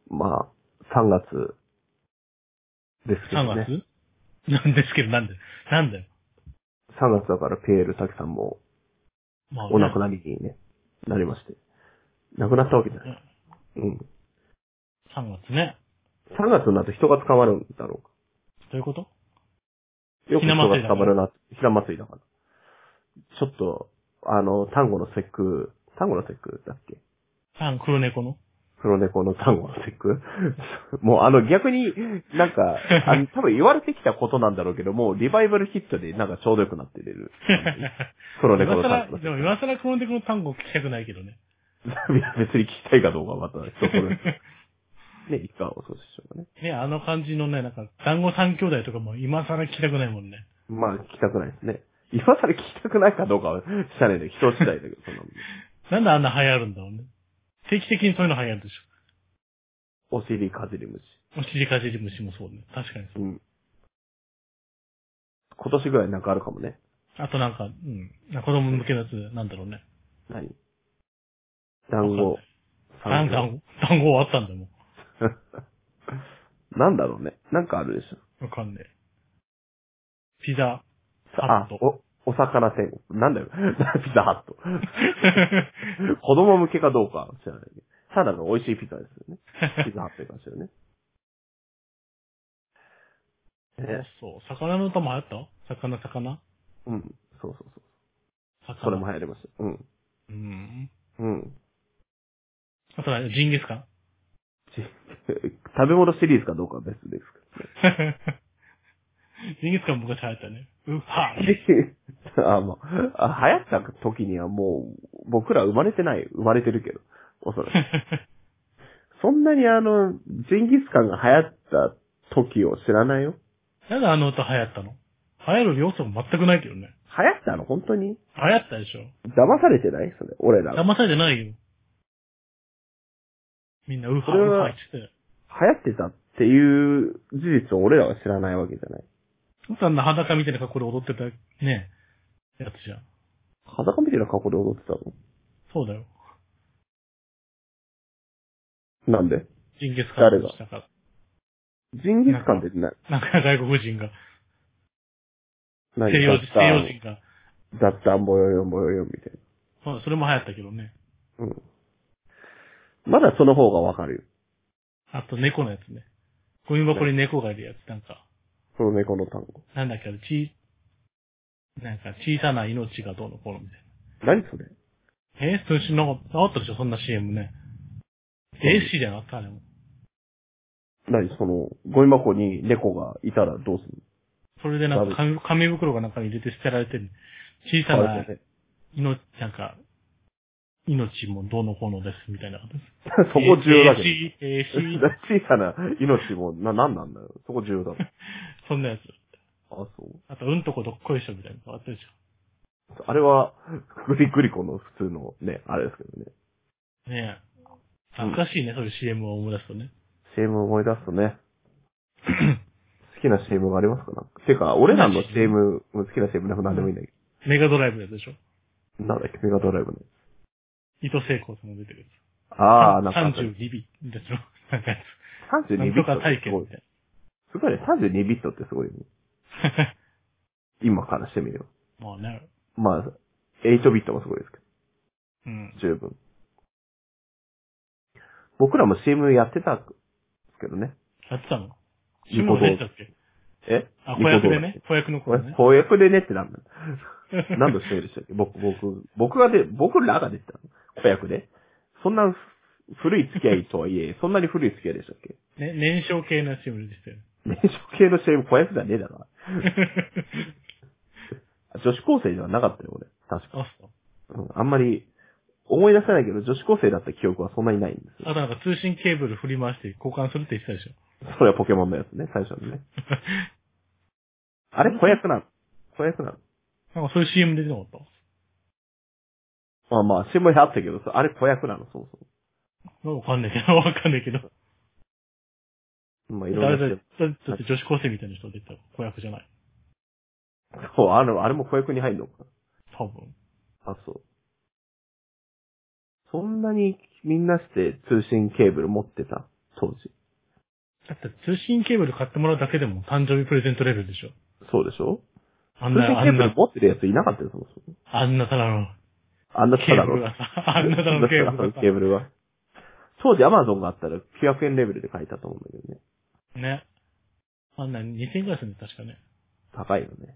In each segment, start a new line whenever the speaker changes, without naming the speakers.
まあ、3月ですけどね。
3月なんですけど、なんだよ。
3月だからピエール滝さんも
まあね、
お亡くなりにね、なりまして。亡くなったわけじゃない。
ね
うん。
3月ね。
3月になると人が捕まるんだろうか。
どういうこと？
よく人が捕まる
ひな
な、ひな祭りだから。ちょっと、単語の節句だっけ？
黒猫の
黒猫の単語の節句もう逆に、なんか、多分言われてきたことなんだろうけど、もうリバイバルヒットでなんかちょうどよくなってる感じ。黒猫の単語の節句。
でも今更黒猫の単語聞きたくないけどね。
別に聞きたいかどうかはまた人それぞれ。ね、いかがお過ごしでしょうかね。
ね、あの感じのね、なんか、団子三兄弟とかも今更聞きたくないもんね。
まあ、聞きたくないですね。今更聞きたくないかどうかは、知らないで、人次第だけど、そんなもんね。
なんであんな流行るんだろうね。定期的にそういうの流行るでし
お尻かじり虫。
ょ。お尻かじり虫もそうね。確かにそう。
うん。今年ぐらいなんかあるかもね。
あとなんか、子供向けのやつ、なんだろうね。
何
わかんない。
団子。三兄
団子あったんだよ、も
なんだろうね。なんかあるでしょ。
う。わかんねえ。ピザ、ハット。
お魚天国。なんだよ。ピザハット。子供向けかどうかは知らないけど。ただの美味しいピザですよね。ピザハットいう感じだよね。
そう
ね。
そう。魚の歌も流行った魚
うん。そうそうそう。それ
魚。
も流行りました。うん。
うん。
うん。
あとは、ジンギスカン。
食べ物シリーズかどうかは別です
ジンギスカン昔流行ったね。は
けどね。もう、流行った時にはもう、僕ら生まれてない。生まれてるけど。おそらく。そんなにジンギスカンが流行った時を知らないよ。
なんであの歌流行ったの？流行る要素も全くないけどね。
流行ったの本当に？
流行ったでしょ。
騙されてないそれ、俺ら。
騙されてないよ。みんな
それは、
言ってて。
流行ってたっていう事実を俺らは知らないわけじゃない。
あんな裸みたいな格好で踊ってた、ね、やつじゃん。
裸みたいな格好で踊ってたの？
そうだよ。
なんで？
ジンギスカン
誰が？
したから。
ジンギスカンって
なんか外国人が、
何？
西洋人が、
雑談ボヨヨンボヨヨンみたい
それも流行ったけどね。
な。うん。まだその方がわかるよ。
あと猫のやつね。ゴミ箱に猫がいるやつ、なんか、
その猫の単語。
なんだっけ、なんか小さな命がどうのこうのみたい
何それ？
な。通信なかったでしょ、そんな CM ね。AC じゃなかったあれも。
ゴミ箱に猫がいたらどうする
それでなんか紙袋が中に入れて捨てられてる。小さ
の？
ななんか、命もどうのこうのです、みたいなことです。
そこ重要だけど。
AC
小さな命も、なんなんだよ。そこ重要だろ。
そんなやつ。
あ、そう。
あと、うんとこどっこいしょみたいなのあったでし
あれは、グリコの普通のね、あれですけどね。
ょ。ねえ。懐かしいね、そういう CM を思い出すとね。
CM 思い出すとね。好きな CM がありますかなんか。てか、俺らの CM、好きな CM でも何でもいいんだけ
メガドライブのやつでしょ。
ど。なんだっけ、メガドライブの。
伊藤聖子さんが出てるやつ。
なんか。
32ビットでしょ。なんかやつ。
32
なんとか
ビットってすごい。
体験みたい
すごいね。32ビットってすごいね。
な。
今からしてみるよ。
まあね。
まあ、8ビットもすごいですけど。
うん。
十分。僕らも CM やってたんですけどね。
やってたの？
ニコ動
出てたっけ？子役でね。子役の頃ね。
子役でねってなんだ。何の CM でしたっけ僕らが出てたの子役で。そんな古い付き合いとはいえ、そんなに古い付き合いでしたっけ
ね、燃焼系の CM でしたよ。
年少系の CM 子役じゃねえだろ。女子高生ではなかったよ、俺。確か。
あ、そう。
あんまり、思い出せないけど、女子高生だった記憶はそんなにないんですよ。
あとなんか通信ケーブル振り回して交換するって言ってたでしょ。
それはポケモンのやつね、最初のね。あれ子役なの子役なの
なんかそういう CM 出てなかった？
まあ、CM あったけど、あれ子役なの、そうそう。
わかんないけど、わかんないけど。
まあ、いろんな CM。
だって女子高生みたいな人出たら子役じゃない。
そう、あれも子役に入るのか。
多分。
あ、そう。そんなにみんなして通信ケーブル持ってた当時。
だって通信ケーブル買ってもらうだけでも誕生日プレゼントレベルでしょ。
そうでしょ？
あんな、
通信ケーブル持ってるやついなかったよ、そもそも。
あんなただの
あんなただの
ケーブルがさ、あんなただのケーブルがさ。
ケーブルが。当時 Amazon があったら900円レベルで買えたと思うんだけどね。
ね。あんな2000円くらいするんだ確かね。
高いよね。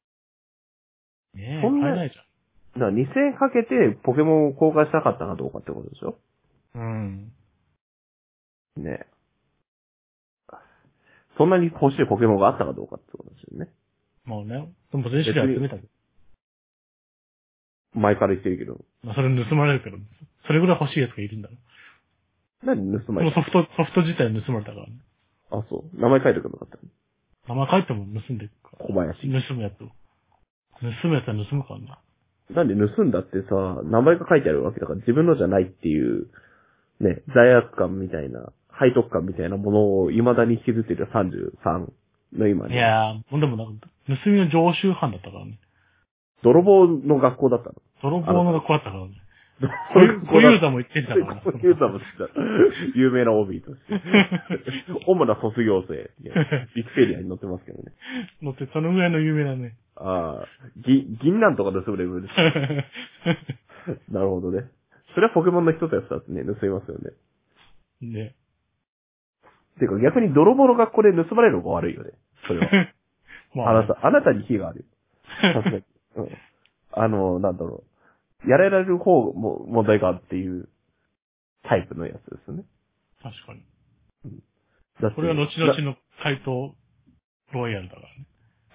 ねえ、
そんな
買えないじ
だから2000円かけてポケモンを公開したかったかどうかってことでしょ？
ゃん。うん。
ね。そんなに欲しいポケモンがあったかどうかってことですよね。
もうね、でも電子で集めたけど。
前から言ってるけど。
まあそれ盗まれるけど、それぐらい欲しいやつがいるんだろ。
何盗まれた？
もうソフト自体盗まれたからね。
あ、そう。名前書いてくれなかったの？
名前書いても盗んでるから。
小林。
盗むやつを。盗むやつは盗むからな。
なんで盗んだってさ、名前が書いてあるわけだから自分のじゃないっていう、ね、罪悪感みたいな、背徳感みたいなものを未だに引きずっている33の今
い
ね。
やー、もうでもなんか、盗みの常習犯だったからね。
泥棒の学校だったの。
泥棒の学校だったからね。
小
小遊三も言ってんだからな。
小遊三も知った。有名な OB として。主な卒業生。ウィキペディアに載ってますけどね。
乗ってそのぐらいの有名なね。
ああ、銀なんとか盗むレベルです。なるほどね。それはポケモンの一つやつだってね、盗みますよね。
ね。
てか逆に泥棒の学校で盗まれるのが悪いよね。それは。
まあね、
あなたに非があるよ。さすがに。うん。なんだろう。やられる方も問題があるっていうタイプのやつですよね。
確かに。
だって
これは後々の怪盗ロイヤルだからね。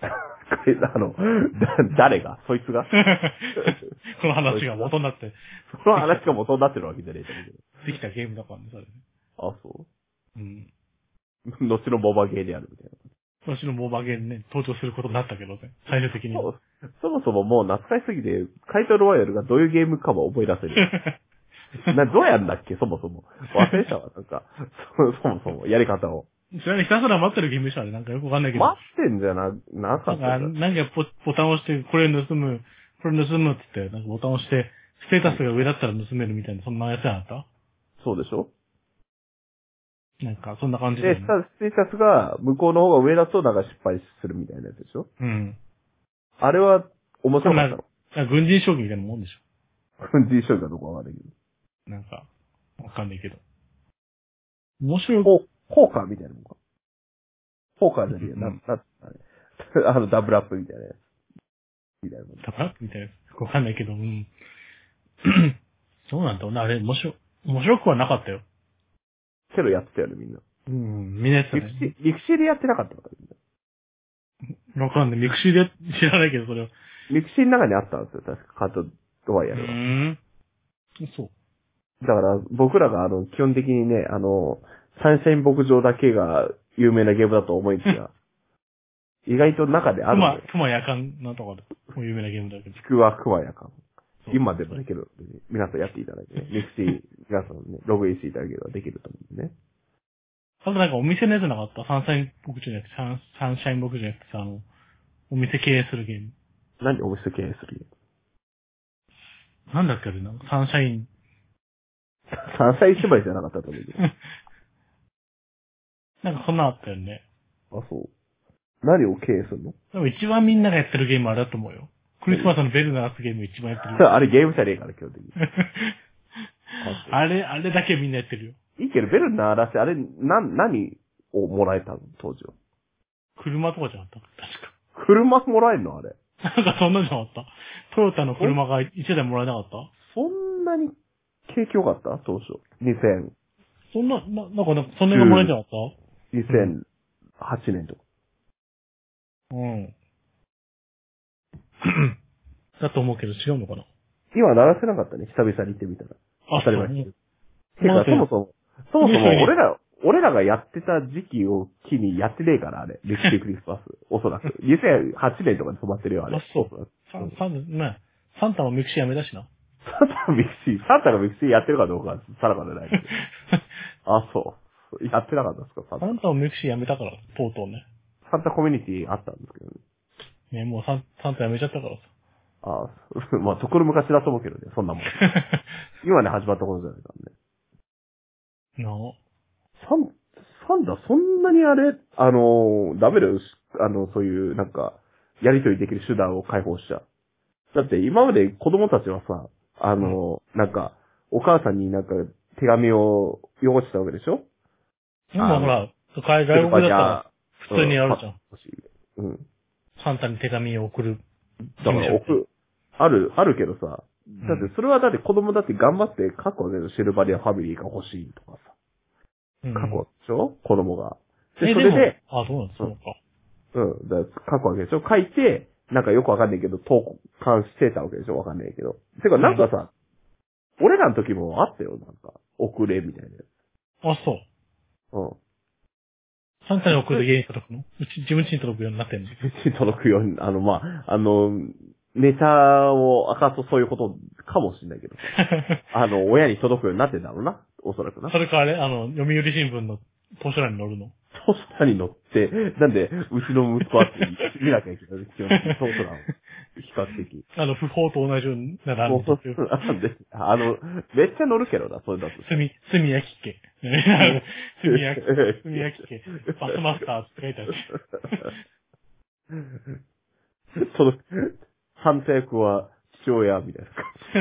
誰がそいつが
この話が元になって、
その話が元になってるわけじゃねえと思うけど。
できたゲームだからね、それね。
あ、そ
うん。
う後のボバゲーであるみたいな。
後のモバゲーにね、登場することになったけどね、最終的には。
そもそももう懐かしすぎて、怪盗ロワイヤルがどういうゲームかも覚え出せる。どうやんだっけそもそも。忘れたわ、なんか。そもそも、やり方を。
それはひたすら待ってるゲームでしたね。なんかよくわかんないけど。
待ってんじゃなかったんだ。
なんかボタンを押して、これ盗むって言って、なんかボタンを押して、ステータスが上だったら盗めるみたいな、そんなやつじゃなかっ
そうでしょ？
たなんか、そんな感じで、
で、ステータスが向こうの方が上だとなんか失敗するみたいなやつでしょ？
うん。
あれは面白かったの？
なんか軍人将棋みたいなもんでし
軍事将棋かどうかわかんないけど。
ょ。なんか、わかんないけど。面白い。
ポーカーみたいなもんか。ポーカーじゃねえよ。
うん
あれダブルアップみたいなやつ。みたいなもん。
タバみたいな。わかんないけど、うん。そうなんだろうな。あれ、面白くはなかったよ。
けどやってたよね、みんな。
うん、みんなやってたね。
ミクシーでやってなかったのか、みんな。
わかんない。ミクシーで知らないけど、それは。
ミクシーの中にあったんですよ、確か、カートロワイヤルは。
そう。
だから、僕らが基本的にね、サンシャイン牧場だけが有名なゲームだと思いきや、意外と中であるのよ。
熊夜間なんとかで、もう有名なゲームだけど。
ちくわくわやかん。
そう
今でもできる。皆さんやっていただいてね。ミクシー、皆さんね、ログインしていただければできると思うんでね。
あとなんかお店のやつなかったサンシャイン牧場じゃなくて、サンシャイン牧場じゃなくてさ、お店経営するゲーム。
何お店経営するゲーム？
なんだっけあれな、サンシャイン。
3歳縛りじゃなかったと思うけど。
なんかそんなのあったよね。
あ、そう。何を経営するの？
でも一番みんながやってるゲームあれだと思うよ。クリスマスのベル鳴らすゲーム一番やってる。
あれゲームじゃねえから、基本的に。
あれだけみんなやってるよ。
いいけど、ベル鳴らして、あれ、何をもらえたの当時は。
車とかじゃなかった確か。
車もらえるのあれ。
なんかそんなんじゃなかったトヨタの車が1台もらえなかった
そんなに景気良かった当初。2000。
そんな、なんか、そんなにもらえなかった
2008年とか。
うん。だと思うけど違うのかな
今鳴らせなかったね、久々に行ってみたら。当たり前に。てか、そもそも俺らがやってた時期を機にやってねえから、あれ。歴史クリスマス。おそらく。2008年とかで止まってるよ、あれ。
あ、そう。サンタもミクシーやめだしな。
サンタがミクシーやってるかどうかは定かでないけど。あ、そう。やってなかったですか、
サンタもミクシーやめたから、とうとうね。
サンタコミュニティあったんですけどね。
ね、もうサンタやめちゃったからさ。
ああ、まあ、ところ昔だと思うけどね、そんなもん。今ね、始まったことじゃないからね。
なあ。
サンダそんなにあれ、ダメだよ。そういう、なんか、やりとりできる手段を解放しちゃう。だって今まで子供たちはさ、なんか、お母さんになんか手紙を汚してたわけでしょ？
でもほら、外国だったら普通にやるじゃん。
うん。
サンタに手紙を送る。
だからあるけどさ、だってそれはだって子供だって頑張って書くわけでしょ？シルバリアファミリーが欲しいとかさ。書くわけでしょ？子供が。で、それで、
そうなんですか。
うん。だから書くわけでしょ？書いて、なんかよくわかんないけど、投函してたわけでしょ？わかんないけど。てか、なんかさ、俺らの時もあったよ、なんか。遅れみたいなやつ。
そう。
うん。
サンタに送る家に届くの？自分家に届くようになってんの？
自分家に届くように、ネタを明かすとそういうことかもしれないけどさ。親に届くようになってんだろうな。おそらくな。
それかあれ、読売新聞の図書欄に載るの？
図書欄に載って、なんで、うちの息子はって見なきゃいけない。基本的に図書欄。比較的。
不法と同じような欄に載ってる。
めっちゃ載るけどな、それだと。
炭焼き家。炭焼き家。バスマスターって書いてある。
反対役は父親みたいな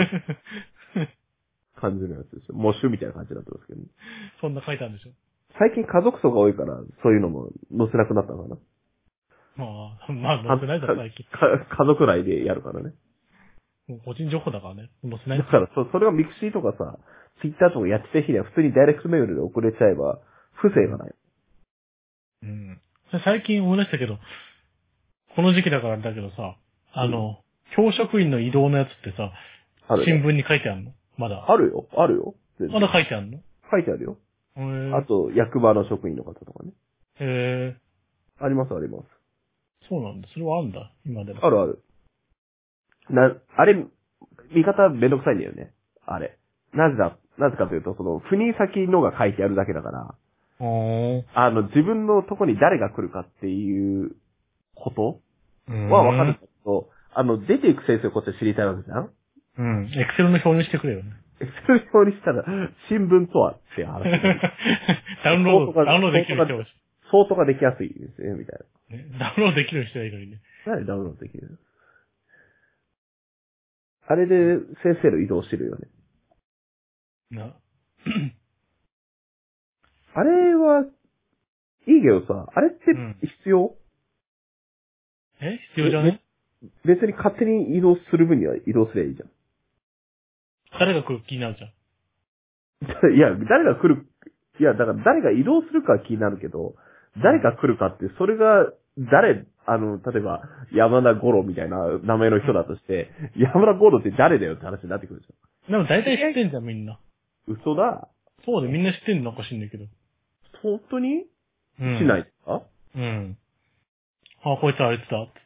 感じのやつですよ。模試みたいな感じになってますけどね。
そんな書いてあるんでしょ？
最近家族層が多いから、そういうのも載せなくなったのかな。
まあ載せないだろ、最近。
家族内でやるからね。
もう個人情報だからね。載せない。
だからそれがミクシーとかさ、ツイッターとかやってた日には普通にダイレクトメールで送れちゃえば、不正がない。
うん。最近思い出したけど、この時期だからだけどさ、教職員の移動のやつってさ、新聞に書いてあるの？まだ。
あるよ。
まだ書いてあるの？
書いてあるよ。あと、役場の職員の方とかね。あります。
そうなんだ。それはあるんだ。今でも。
ある。あれ、見方めんどくさいんだよね。あれ。なぜかというと、赴任先のが書いてあるだけだから、自分のとこに誰が来るかっていうことはわかるけど、出ていく先生をこっちは知りたいわけじゃん？
うん。エクセルの表にしてくれよね。
エクセル表にしたら、新聞とはって話。
ダウンロードできる人
相当ができやすいですね、みたい
な。ね、ダウンロードできる人はいいのにね。
何ダウンロードできる？あれで先生の移動してるよね。あれは、いいけどさ、あれって必要？
必要じゃね？
別に勝手に移動する分には移動すればいいじゃん。
誰が来る気になるじゃん。
いや、だから誰が移動するかは気になるけど、誰が来るかって、それが、例えば、山田五郎みたいな名前の人だとして、山田五郎って誰だよって話になってくるじ
ゃん。でも大体知ってんじゃん、みんな。
嘘だ。
そうで、みんな知ってんのなんか知んないけど。
本当に？しないですか？
うん。こいつあいつだ、つって。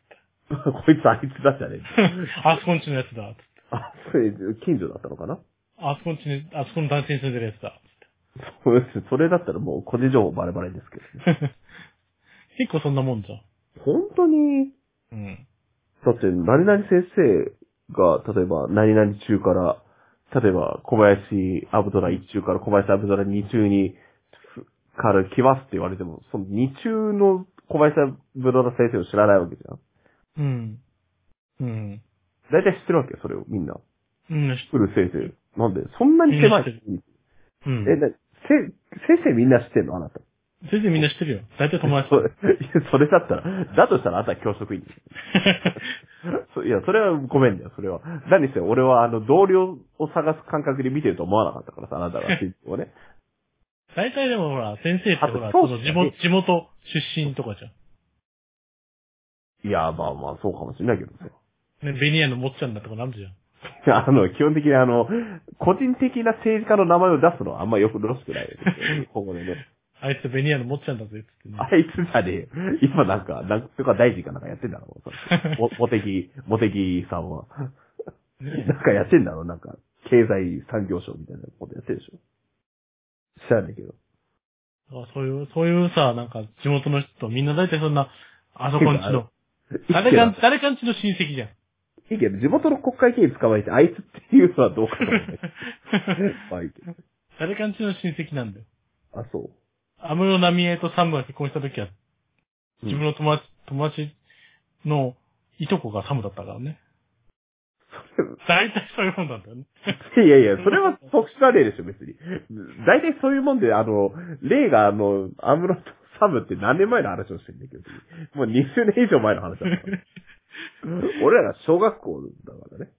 こいつあいつだじゃねえ。
あそこんちのやつだ、つって。
それ、近所だったのかな？
あそこの団地に住んでるやつだ、
つって。それだったらもう個人情報バレバレですけどね。
結構そんなもんじゃん。
本当に？
うん。
だって、何々先生が、例えば、何々中から、例えば、小林アブドラ1中から小林アブドラ2中に、から来ますって言われても、その2中の小林アブドラ先生を知らないわけじゃん。
うん。うん。
大体知ってるわけよ、それを、みんな。
うん、
知ってる先生。なんで、そんなに狭い。
うん。
先生みんな知ってんのあなた。
先生みんな知ってるよ。大体友達。
それだとしたらあなたは教職員です。いや、それはごめんだよ、それは。何せ俺は同僚を探す感覚で見てると思わなかったからさ、あなたが新聞をね。
大体でもほら、先生ってほら、その地元出身とかじゃん。
いや、まあ、そうかもしれないけどさ。
ね、ベニヤのもっちゃんだとかなんでじゃん。
いや、基本的に個人的な政治家の名前を出すのはあんまよろしくないですよ。ここでね。
あいつベニヤのもっちゃんだぜ、つってね。
あいつじゃねえよ。今なんとか大臣かなんかやってんだろう。モテギさんは。なんかやってんだろう、なんか、経済産業省みたいなことやってるでしょ。知らないけど。
そういうさ、なんか地元の人とみんな大体そんな、あそこんちの、誰かんちの親戚じゃん。
いいけど、地元の国会議員捕まえてあいつっていうのはどうかと思うね。まあいいけど。
誰かんちの親戚なんだよ。
あ、そう。
安室奈美恵とサムが結婚した時は、自分の友達のいとこがサムだったからね。大体そういうもんなんだよね。
いやいや、それは特殊な例でしょ、別に。大体そういうもんで、例が安室とサムって何年前の話をしてるんだけど、もう20年以上前の話だったから。俺らが小学校だからね。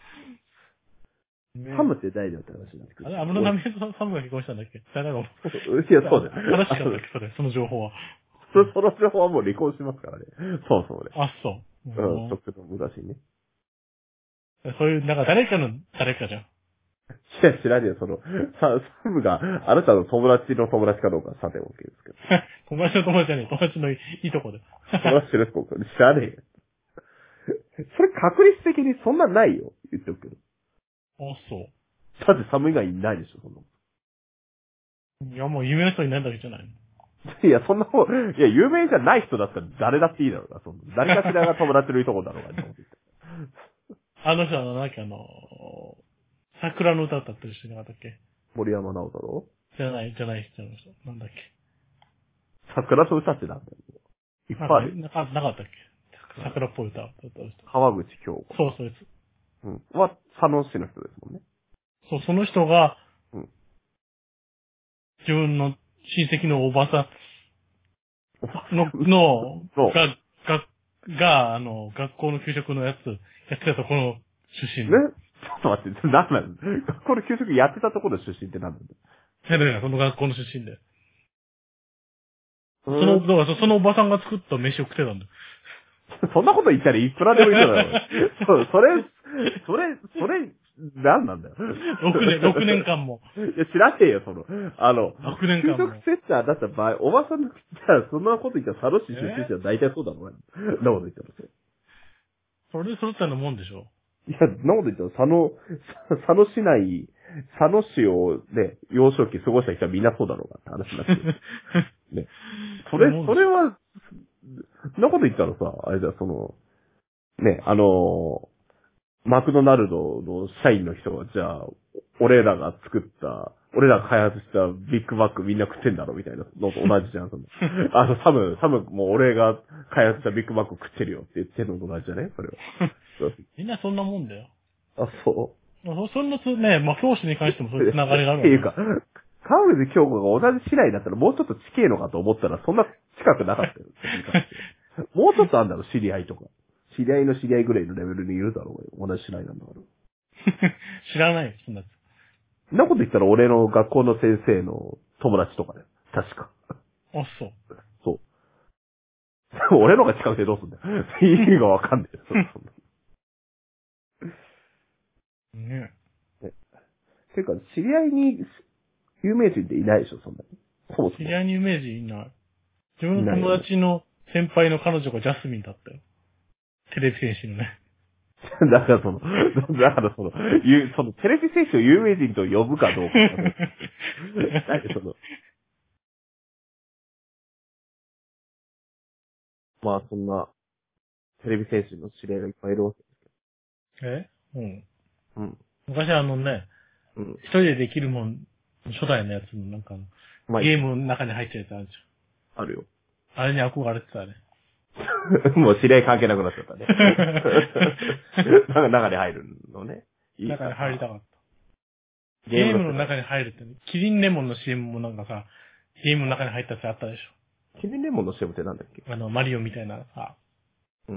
サムって誰だって話なんですけど。
安室奈美恵とサムが結婚したんだっけ誰だろう。
いや、そうだよ。
話しちゃうんだっけそれ、その情報は。
その情報はもう離婚してますからね。そうそうね。
あ、そう。
とっくの昔にね。
そういう、なんか誰かの誰かじゃん。
いや、知らねえよ、サムがあなたの友達の友達かどうかはさておきですけど。
友達の友達じゃねえ、友達のいいとこで。
友達ですか知らねえよ。それ確率的にそんなんないよ。言っておくけど。
あ、そう。
だってサム以外にいないでしょ、そんな
いや、もう有名な人いないだけじゃないの。
いや、そんなもん、いや、有名じゃない人だったら誰だっていいだろうが、誰かしらが友達のいいとこだろうが、
あの人は、なんか桜の歌歌ってる人じゃなかったっけ
森山直太郎
じゃない人。なんだっけ
桜の歌ってなんだよ。いっぱいある。
なかったっけ桜っぽい歌を歌ってる人。
川口京子。
そう、そうです。
うん。は、佐野市の人ですもんね。
そう、その人が、
うん。
自分の親戚のおばさんの、
そう
学校の給食のやってたところ出身。
ねちょっと待って、なんなん学校の給食やってたところの出身って何なんだよ。
その学校の出身で。
そ
そのおばさんが作った飯を食ってたんだよ。
そんなこと言ったらいくらでもいいだろ。それ、何なんだよ。
6年間も。
いや、知らねえよ、
6年間も。
給食セッターだった場合、おばさんのじゃあそんなこと言ったら佐野市出身者は大体そうだろうな。そんなこと言ったら
それで揃ったようなもんでしょ。
いや、そんなこと言ったら佐野市内、佐野市をね、幼少期過ごした人はみんなそうだろうがって話になってる。ね。それは、そんなこと言ったらさ、あれだ、ね、マクドナルドの社員の人は、じゃあ、俺らが開発したビッグマックみんな食ってんだろみたいなのと同じじゃん。サムも俺が開発したビッグマック食ってるよって言ってるのと同じじゃねそれは。
みんなそんなもんだよ。
あ、そう。
そんなね、まあ、教師に関してもそういう繋がりがある
っていうか、川口京子が同じ市内だったらもうちょっと近いのかと思ったらそんな近くなかったよ。もうちょっとあんだろ、知り合いとか。知り合いの知り合いぐらいのレベルにいるだろうが同じ市内なんだから。
知らないよ、そんなやつ。
そんなこと言ったら俺の学校の先生の友達とかだよ。確か。
あ、そう。
そう。俺のが近くてどうすんだよ。意味がわかんないよ。
ね
え。ていうか、知り合いに有名人っていないでしょ、そんなに。そもそも。
知り合いに有名人いない。自分の友達の先輩の彼女がジャスミンだったよ。テレビ戦士のね。
だからテレビ選手を有名人と呼ぶかどうか。まあそんな、テレビ選手の知り合いがいっぱいいるわけです
けど。うん。
うん。
昔
うん。
一人でできるもん、初代のやつのゲームの中に入ってるやつあるじ
ゃん。あるよ。
あれに憧れてたね。
もう知り合い関係なくなっちゃったね。中に入るのね。
中に入りたかった。ゲームの中に入るってね。キリンレモンの CM もゲームの中に入ったやつあったでし
ょ。キリンレモンの CM ってなんだっけ
マリオみたいなさ。
うん。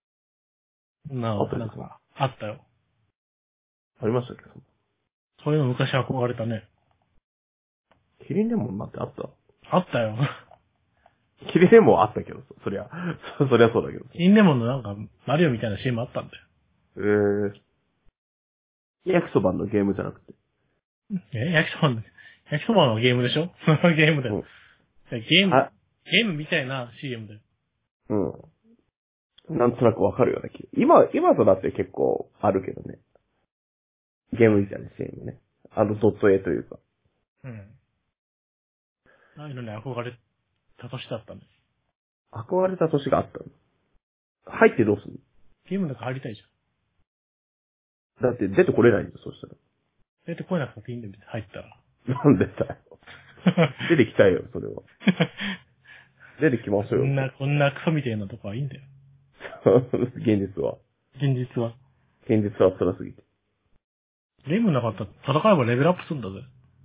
あったよ。
ありましたっけ
そういうの昔憧れたね。
キリンレモンなんてあった
あったよ。
キリンレモンあったけど、そりゃそうだけど。
キリンレモンのマリオみたいな CM あったんだよ。
焼きそばのゲームじゃなくて。
焼きそばのゲームでしょゲームだよ。ゲームみたいな CM だよ。
うん。なんとなくわかるような気。今となって結構あるけどね。ゲームみたいな CM ね。ドット絵というか。
うん。ああいうのに憧れた年だったね。
憧れた年があったの入ってどうすんの
ゲームの中入りたいじ
ゃん。だって出てこれないんだよ、そしたら。
出てこれなくていいんだよ、入ったら。
なんでだよ。 出てきたいよ、それは。出てきますよ。
こんなクソみたいなとこはいいんだよ。
現実は。
現実は。
現実は辛すぎて。
ゲームなかったら戦えばレベルアップするんだぜ。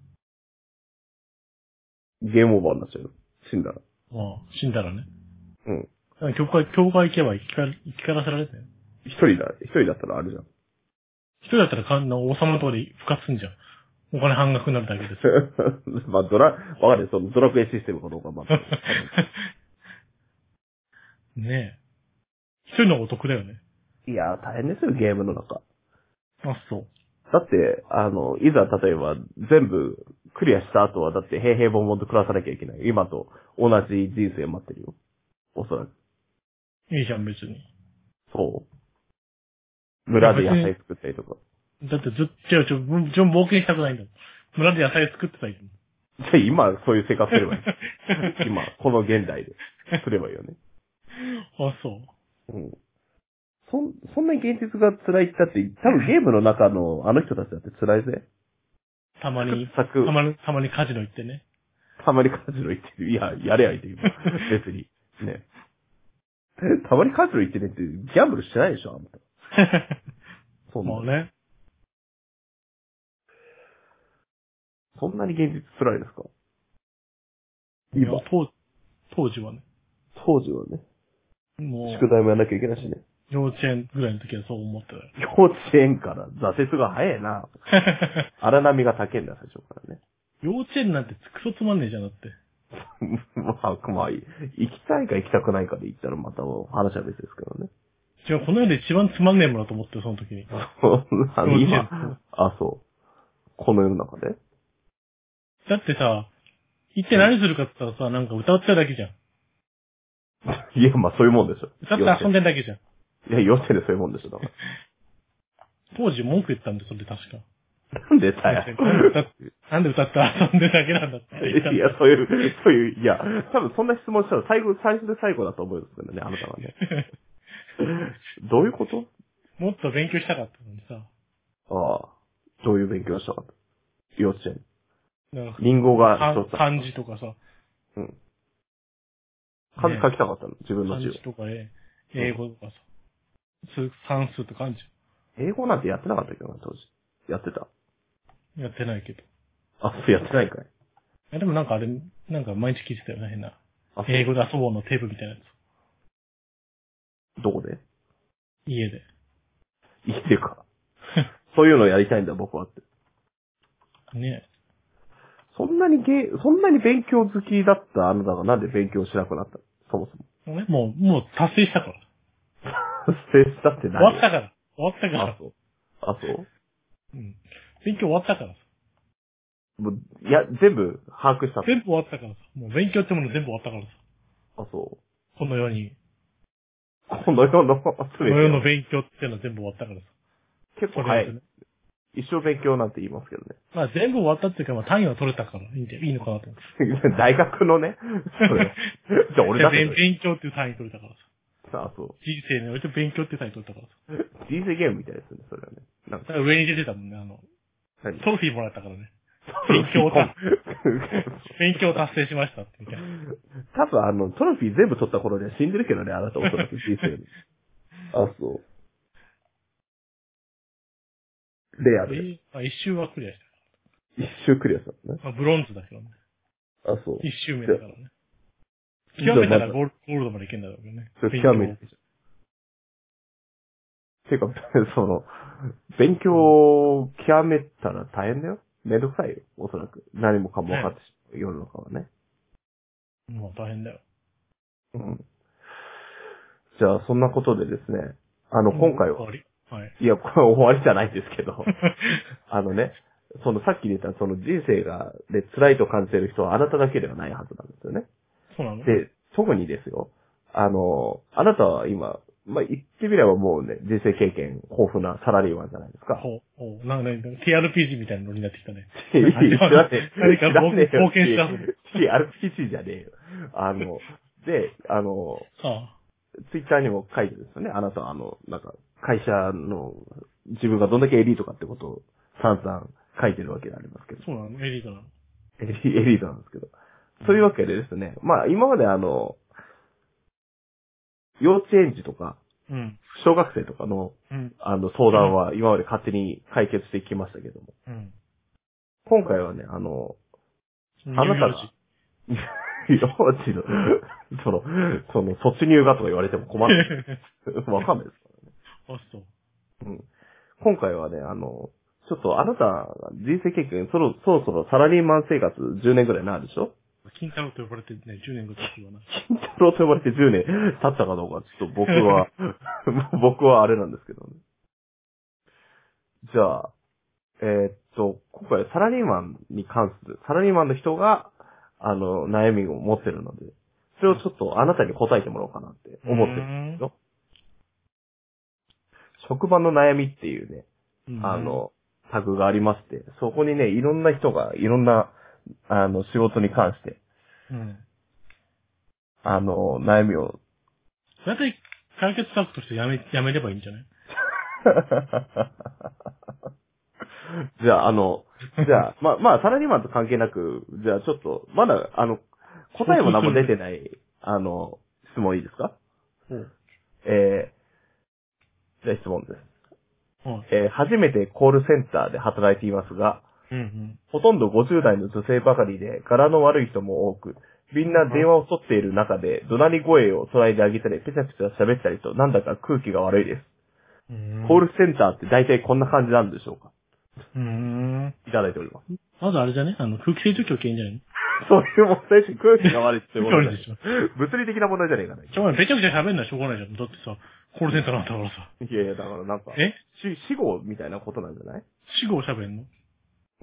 ゲームオーバーになっちゃうよ。死んだら。
ああ、死んだらね。
うん。
教会行けば生き返らせられたよ。
一人だったらあるじゃん。
一人だったら王様のところで復活すんじゃん。お金半額になるだけです。
まあ、わかるよ、そのドラクエシステムかどうかまあ。
ねえ。一人の方がお得だよね。
いや、大変ですよ、ゲームの中。
あ、そう。
だって、いざ例えば全部クリアした後はだって平々凡々と暮らさなきゃいけない。今と同じ人生待ってるよ。おそらく。
いいじゃん、別に。
そう。村で野菜作ったりとか。
だって冒険したくないんだもん。村で野菜作ってたいもん。
じゃあ今そういう生活すればいい。今、この現代ですればいいよね。
あ、そう。
うん。そんなに現実が辛いってだって、多分ゲームの中のあの人たちだって辛いぜ。
たまにカジノ行ってね。
たまにカジノ行ってる。いや、やれやいて今。別に。ね。たまにカジノ行ってねってギャンブルしてないでしょ、あんた。そんな。
もうね。
そんなに現実辛いですか？
今。当時はね。
当時はね。
もう。
宿題もやんなきゃいけないしね。
幼稚園ぐらいの時はそう思ってたよ。
幼稚園から挫折が早いな。荒波が高いんだ、最初からね。
幼稚園なんてクソつまんねえじゃん、だって。
まあ、行きたいか行きたくないかで言ったらまた話は別ですけどね。
違う、この世で一番つまんねえものだと思ってる、その時に。
今、そう。この世の中で
だってさ、一体何するかって言ったらさ、なんか歌ってただけじゃん。
いや、まあそういうもんでしょ。
歌って遊んでるだけじゃん。
いや、幼稚園でそういうもんでしょ、だから。
当時文句言ったんで、それで確か。
なんでだよ。
なんで歌って遊んでるだけなんだって言った。
いや、そういう、いや、多分そんな質問したら最初で最後だと思うんですけどね、あなたはね。どういうこと？
もっと勉強したかったのにさ。
ああ。どういう勉強したかった？幼稚園。
リ
ンゴが
一つ。漢字とかさ。
うん。漢字書きたかったの、自分の字を。
漢字とか英語とかさ。算数とか漢字。
英語なんてやってなかったけどな、当時。やってた。
やってないけど。
あ、そうやってないかい。
でもなんかあれ、なんか毎日聞いてたよね、変な。英語で遊ぼうのテープみたいなや
つ。どこで？
家で。
家か。そういうのやりたいんだ、僕はって。
ねえ。
そんなに勉強好きだったあなたがなんで勉強しなくなったの？そもそ
も。もう達成したから。
達成したって何？
終わったから。
あ、そう？
うん。勉強終わったからさ。
もう、いや、全部把握した。
全部終わったからさ。もう勉強ってもの全部終わったからさ。
あ、そう。
この世に。
この世の
勉強っていうのは全部終わったからさ。
結構早い。一生勉強なんて言いますけどね。
まあ全部終わったっていうか、まあ単位は取れたからいいのかなと思って。
大学のね。じゃあ俺だって。
勉強っていう単位取れたからさ。
あ、そう。
人生において勉強っていう単位取れたからさ。
人生ゲームみたいですね、それはね。
なんか上に出てたもんね、トロフィーもらったからね。勉強達成しましたってみたいな。
多分トロフィー全部取った頃には死んでるけどね、あなたおそらく人生に。あ、そう。レアで。
一周はクリアした。
一周クリアしたのね。
ブロンズだけどね。
あ、そう。
一周目だからね。極めたらゴールドまでいけんだろうけどね。
極めて。てか、勉強を極めたら大変だよ。めんどくさいよ、おそらく。何もかも分かってしまう、世の中はね。
もう大変だよ。
うん。じゃあ、そんなことでですね、今回は、
終わり？はい。
いや、これ終わりじゃないんですけど、さっき言った、人生で辛いと感じている人はあなただけではないはずなんですよね。
そうなの？
で、特にですよ、あなたは今、まあ、言ってみればもうね、人生経験豊富なサラリーマンじゃないですか。
なんかね、TRPG みたいなのになってきたね。
何か
冒険した。
TRPG じゃねえよ。で、ツイッターにも書いてるんですよね。あなたはなんか、会社の自分がどんだけエリートかってことを散々書いてるわけでありますけど。
そうなの？エリートなの？
エリートなんですけど。そういうわけでですね、まあ今まで幼稚園児とか、
うん。
小学生とかの、
うん。
相談は今まで勝手に解決してきましたけども。
うん。
今回はね、あなたが、幼児の、卒入がとか言われても困る。わかんないですからね。
あ、そう。
うん。今回はね、ちょっとあなたが人生経験、そろそろサラリーマン生活10年ぐらいになるでしょ？
金太郎と呼ばれてね、10年ぐらい経つよな。
金太郎と呼ばれて10年経ったかどうか、ちょっと僕はあれなんですけどね。じゃあ、今回サラリーマンに関する、サラリーマンの人が、悩みを持ってるので、それをちょっとあなたに答えてもらおうかなって思ってるんですよ。職場の悩みっていうね、タグがありまして、そこにね、いろんな人が、いろんな、仕事に関して、
うん。
悩みを。
だいたい解決策としてやめればいいんじゃない？
じゃあ、まあ、サラリーマンと関係なく、じゃあちょっと、まだ、答えも何も出てない、質問いいですか？
うん。
じゃあ質問です。
はい。
初めてコールセンターで働いていますが、
うんうん。
ほとんど50代の女性ばかりで、柄の悪い人も多く、みんな電話を取っている中で、怒鳴り声を繋いであげたり、ペチャペチャ喋ったりと、なんだか空気が悪いです。コールセンターって大体こんな感じなんでしょうか？いただいております。
まずあれじゃね、空気清浄機を消えんじゃないの？
そういう問題し、空気が悪いってこと
空気悪いでしょ。
物理的な問題じゃねえかな。
しょうがない。べちゃくちゃ喋んのはしょうがないじゃん。だってさ、コールセンターなんだからさ。
いやいや、だからなんか、死後みたいなことなんじゃない？
死後喋んの？
うん。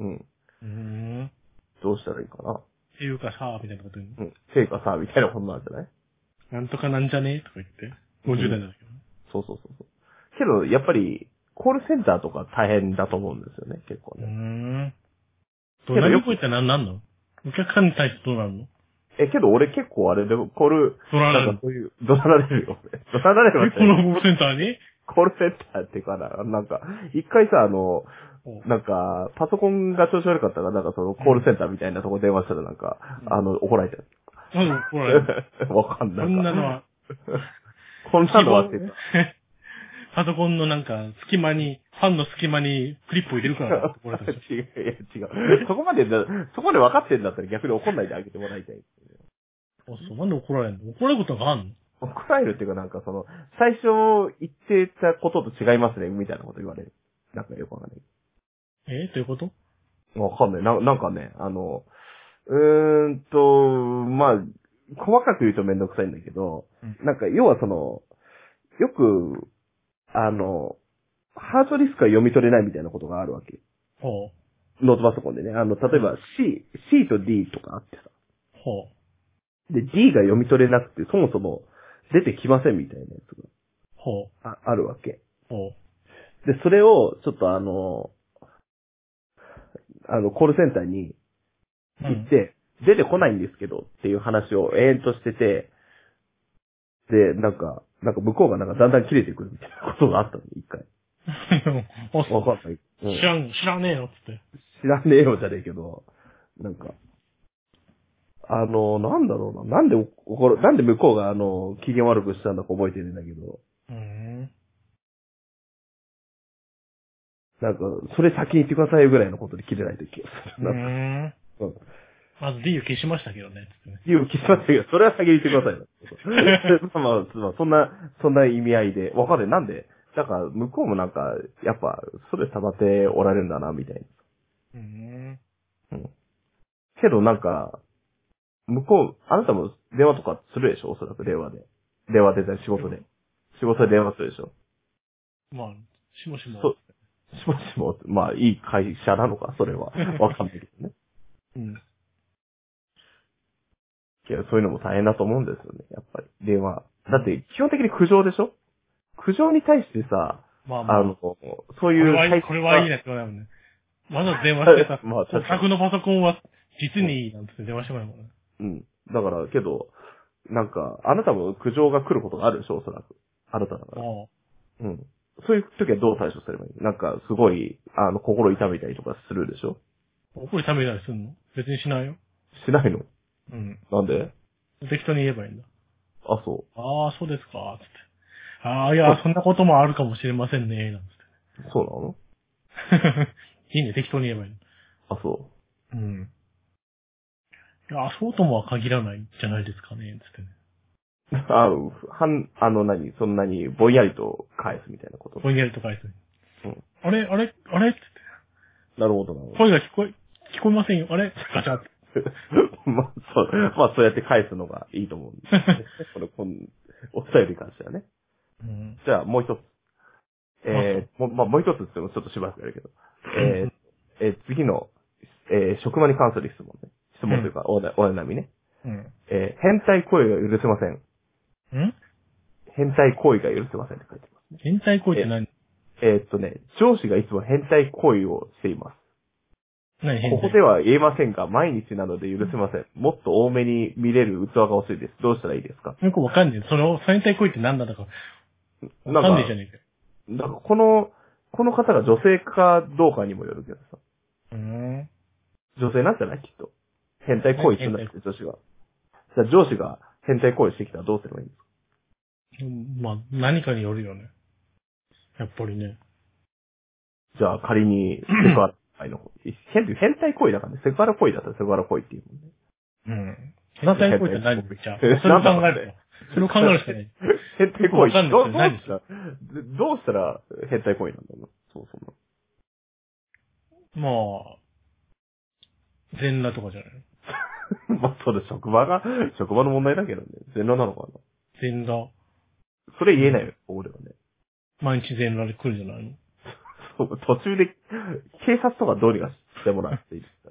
どうしたらいいかな。
っていうかさ、みたいなこと言うの？
うん。せいかさ、みたいなことなんじゃない？
なんとかなんじゃねえとか言って。50代なんだけどね。
そう。けど、やっぱり、コールセンターとか大変だと思うんですよね、結構ね。
怒鳴り声って何なんの？お客さんに対してどうなるの？
けど俺結構あれでも、コール、
怒鳴られる。
なんかそういう、怒鳴られるよ、俺。怒鳴られる
このコールセンターに？
コールセンターっていうかなんか、一回さ、なんか、パソコンが調子悪かったから、なんかその、コールセンターみたいなとこ電話したらなんか、怒られちゃう。
怒られる。
わかんない。
こんなのは、
こんなのはって言った。
パソコンのなんか、隙間に、ファンの隙間にクリップを入れるからって怒られたでしょ。
違う。そこまで分かってんだったら逆に怒んないであげてもらいたい。
そう、なんで怒られるの？怒られることがあんの？
怒られるっていうかなんか最初言ってたことと違いますね、みたいなこと言われる。なんかよくわかんない。
どういうこと？
わかんない。なんかね、まあ、細かく言うとめんどくさいんだけど、なんか要はよく、ハードディスクは読み取れないみたいなことがあるわけ。ノートパソコンでね。例えば C と D とかあってさ。で、D が読み取れなくて、そもそも出てきませんみたいなやつがあるわけ。で、それを、ちょっとコールセンターに行って、出てこないんですけどっていう話を延々としてて、で、なんか向こうがなんかだんだん切れてくるみたいなことがあったの、一回。わかんない。
知らねえよ、つって。
知らねえよじゃねえけど、なんか、なんだろうな。なんで向こうが機嫌悪くしたんだか覚えてるんだけど。なんか、それ先に言ってくださいよぐらいのことで切れないといけない。
まず D を消しましたけどね。
D を消しましたけど、それは先に言ってくださいよ。まあ、そんな意味合いで。わかんない。なんで、だから、向こうもなんか、やっぱ、それ溜まっておられるんだな、みたいな。けどなんか、向こう、あなたも電話とかするでしょ？おそらく電話で。電話で仕事で。仕事で電話するでしょ？
まあ、しもしも。
しもしも、まあ、いい会社なのか、それは。わかんないけどね。いや、そういうのも大変だと思うんですよね、やっぱり。電話。だって、基本的に苦情でしょ？苦情に対してさ、そういう、
これはいいねって言わないもんね。わざと電話してさ、客のパソコンは実にいいなんて電話してもらうもんね。
うん。だから、けど、なんか、あなたも苦情が来ることがあるでしょ、おそらく。あなただから。うん。そういう時はどう対処すればいい？なんか、すごい、心痛めたりとかするでしょ？
心痛めたりするの？ 別にしないよ。
しないの？
うん。
なんで？
適当に言えばいいんだ。
あ、そ
ああ、そうですか、つって。ああ、いや、そんなこともあるかもしれませんね、なんつっ
う。そうなの？
て。いいね、適当に言えばいいの。
あ、そ
うん。いや、そうともは限らないんじゃないですかね、つってね。
う。そんなにぼんやりと返すみたいなこと。
ぼんやりと返す。
うん。
あれつって。
なるほど、なるほど。
声が聞こえませんよ。あれガチャって。
まあそうやって返すのがいいと思うんですよね。お便りに関してはね。
うん。
じゃあ、もう一つ。もう一つって言ってもちょっとしばらくやるけど。次の、職場に関する質問ね。質問というか、お悩みね。
うん。
変態行為が許せません。
うん
変態行為が許せませんって書いてますね。
変態行為って何？
上司がいつも変態行為をしています。
何変態？
ここでは言えませんが、毎日なので許せません。もっと多めに見れる器が欲しいです。どうしたらいいですか？
よくわかんねえ。変態行為って何なんだか。わかんねえじゃねえか。
なんかこの方が女性かどうかにもよるけどさ。女性なんじゃないきっと。変態行為するんだって、女子が。じゃあ上司が変態行為してきたらどうすればいいんですか？
まあ、何かによるよね。やっぱりね。
じゃあ仮に、セクハラの、変態行為だからね。セクハラ行為だったらセクハラ行為っていうもんね。
うん。変態行為って何？じゃあ、それを考えると。それを考えるしかない。
変態行為。どう
何
したら変態行為なんだろう。そう
まあ、全裸とかじゃないの？
まあ、それ職場の問題だけどね。全裸なのかな。
全裸。
それ言えないよ、俺はね。
毎日全裸で来るんじゃないの？
そう途中で、警察とかどうにかしてもらっていいですか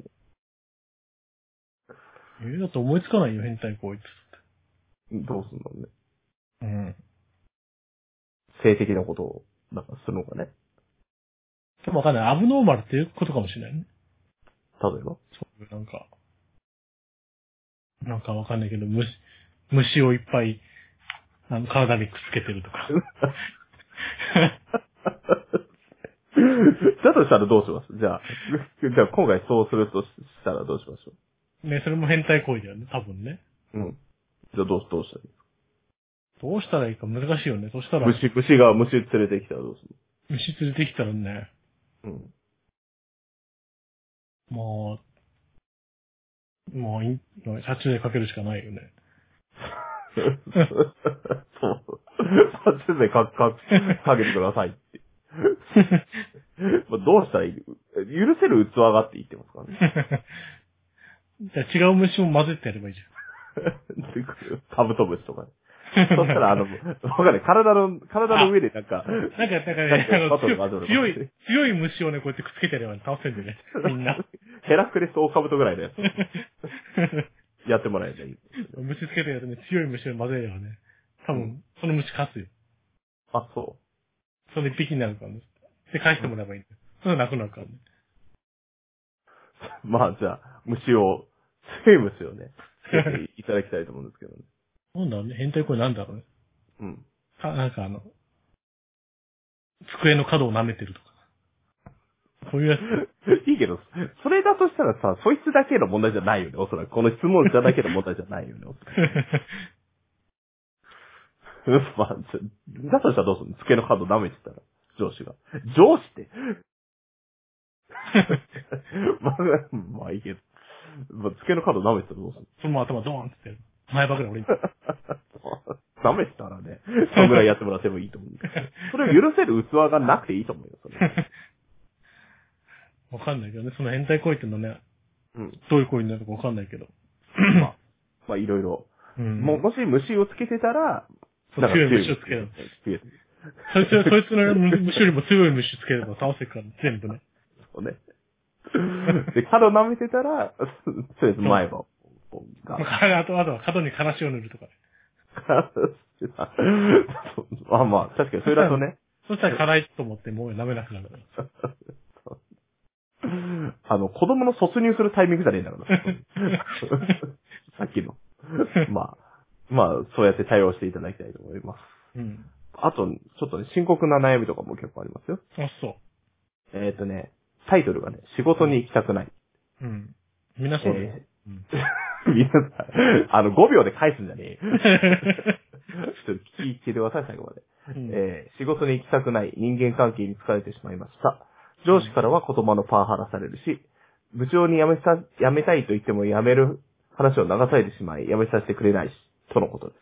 ね。
だって思いつかないよ、変態行為って。
どうすんのね。
うん。
性的なことを、なんかするのかね。
でもわかんない。アブノーマルっていうことかもしれないね。
例えば
そういう、なんかわかんないけど、虫をいっぱい、体にくっつけてるとか。
だとしたらどうしますじゃあ今回そうするとしたらどうしましょ
ね、それも変態行為だよね、多分ね。
う？うん。じゃあどうしたらいいですか？
どうしたらいいか難しいよね。そしたら、
虫連れてきたらどうす
虫連れてきたらね、
る？うん。
車中でかけるしかないよね。
そう。撮影でかけてくださいって。どうしたらいい？許せる器がって言ってますからね。
じゃあ違う虫も混ぜてやればいいじ
カブトムシとかね。そしたらわかんない。体の上で
ゃん。強い虫をね、こうやってくっつけてやれば倒せんでね。みんな。
ヘラクレスオオカブトぐらいのやつ。やってもらえばいい。
虫つけてやるね、強い虫を混ぜればね。多分、その虫勝つよ。
あ、そ
その一匹になるからね。で、返してもらえばいいんだよ。それなくなるからね。
う。まあ、じゃあ、強い虫をね、つけていただきたいと思うんですけどね。
なんだろうね。変態行為なんだろうね。
うん。
机の角を舐めてるとか。そういうやつ。
いいけど、それだとしたらさ、そいつだけの問題じゃないよね、おそらく。この質問者だけの問題じゃないよね、おそらく。まあ、だとしたらどうするの？机の角舐めてたら、上司が。上司ってまあいいけど。まあ、机の角舐めてたらどうするの？
そのまま頭ドーンってやる。前ばくらい俺に。
舐めてたらね、そのぐらいやってもらってもいいと思うんですけど。それを許せる器がなくていいと思うよ、それ。
わかんないけどね。その変態行為ってのはね、
うん。
どういう行為になるのかわかんないけど。
まあいろいろ。
うん。
もし虫をつけてたら、
強い虫をつける。そいつの虫よりも強い虫つければ倒せるから、全部ね。
そうね。で、角舐めてたら、とりあえず前歯
あとは角にからしを塗るとかね。
まあ、確かにそれだとね。
そしたら辛いと思ってもう舐めなくなる。
子供の卒入するタイミングじゃねえんだからさっきの。まあ、そうやって対応していただきたいと思います。
うん。
あと、ちょっとね、深刻な悩みとかも結構ありますよ。
あ、そう。
タイトルがね、仕事に行きたくない。
うん。 みんなそうだよ。
みんなさ、5秒で返すんじゃねえよ。ちょっと聞いてください、最後まで。仕事に行きたくない、人間関係に疲れてしまいました。上司からは言葉のパワハラされるし、部長に辞めたいと言っても辞める話を流されてしまい、辞めさせてくれないし、とのことです。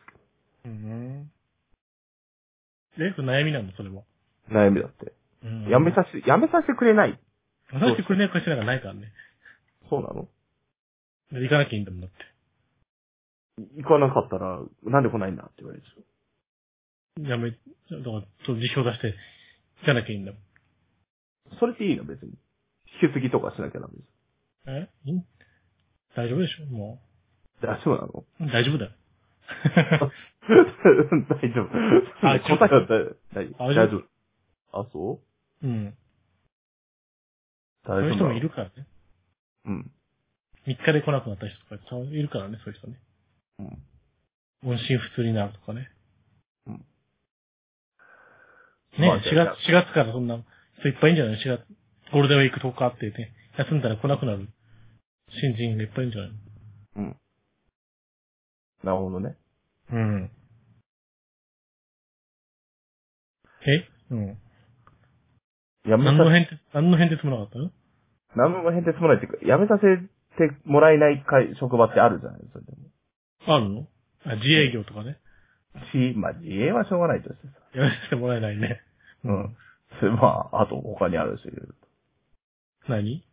悩みなんだ、それは。
悩みだって。辞めさせてくれない。
辞めさせてくれないかしらがないからね。
そうなの？
行かなきゃいいんだもんだって。
行かなかったら、なんで来ないんだって言われるでしょ。
だから、辞表出して、行かなきゃいいんだもん。
それっていいの別に。引き継ぎとかしなきゃダメです。
大丈夫でしょも
う。大丈夫なの？
大丈夫だよ。
大丈夫。答えだったら大丈夫。あ、そう？
そういう人もいるからね。3日で来なくなった人とかいるからね、そういう人ね。音信不通になるとかね。4月からそんな人いっぱいいんじゃない？ 4 月、ゴールデンウィーク10日あってね、休んだら来なくなる新人がいっぱいいるんじゃないの？
なるほどね。
何の変哲もなかったの？
何の変哲もないっていうか、辞めさせてもらえない職場ってあるじゃないですか。
あるの？自営業とかね。
自営はしょうがないとしてさ。
辞めさせてもらえないね。
それあと他にあるし。
何？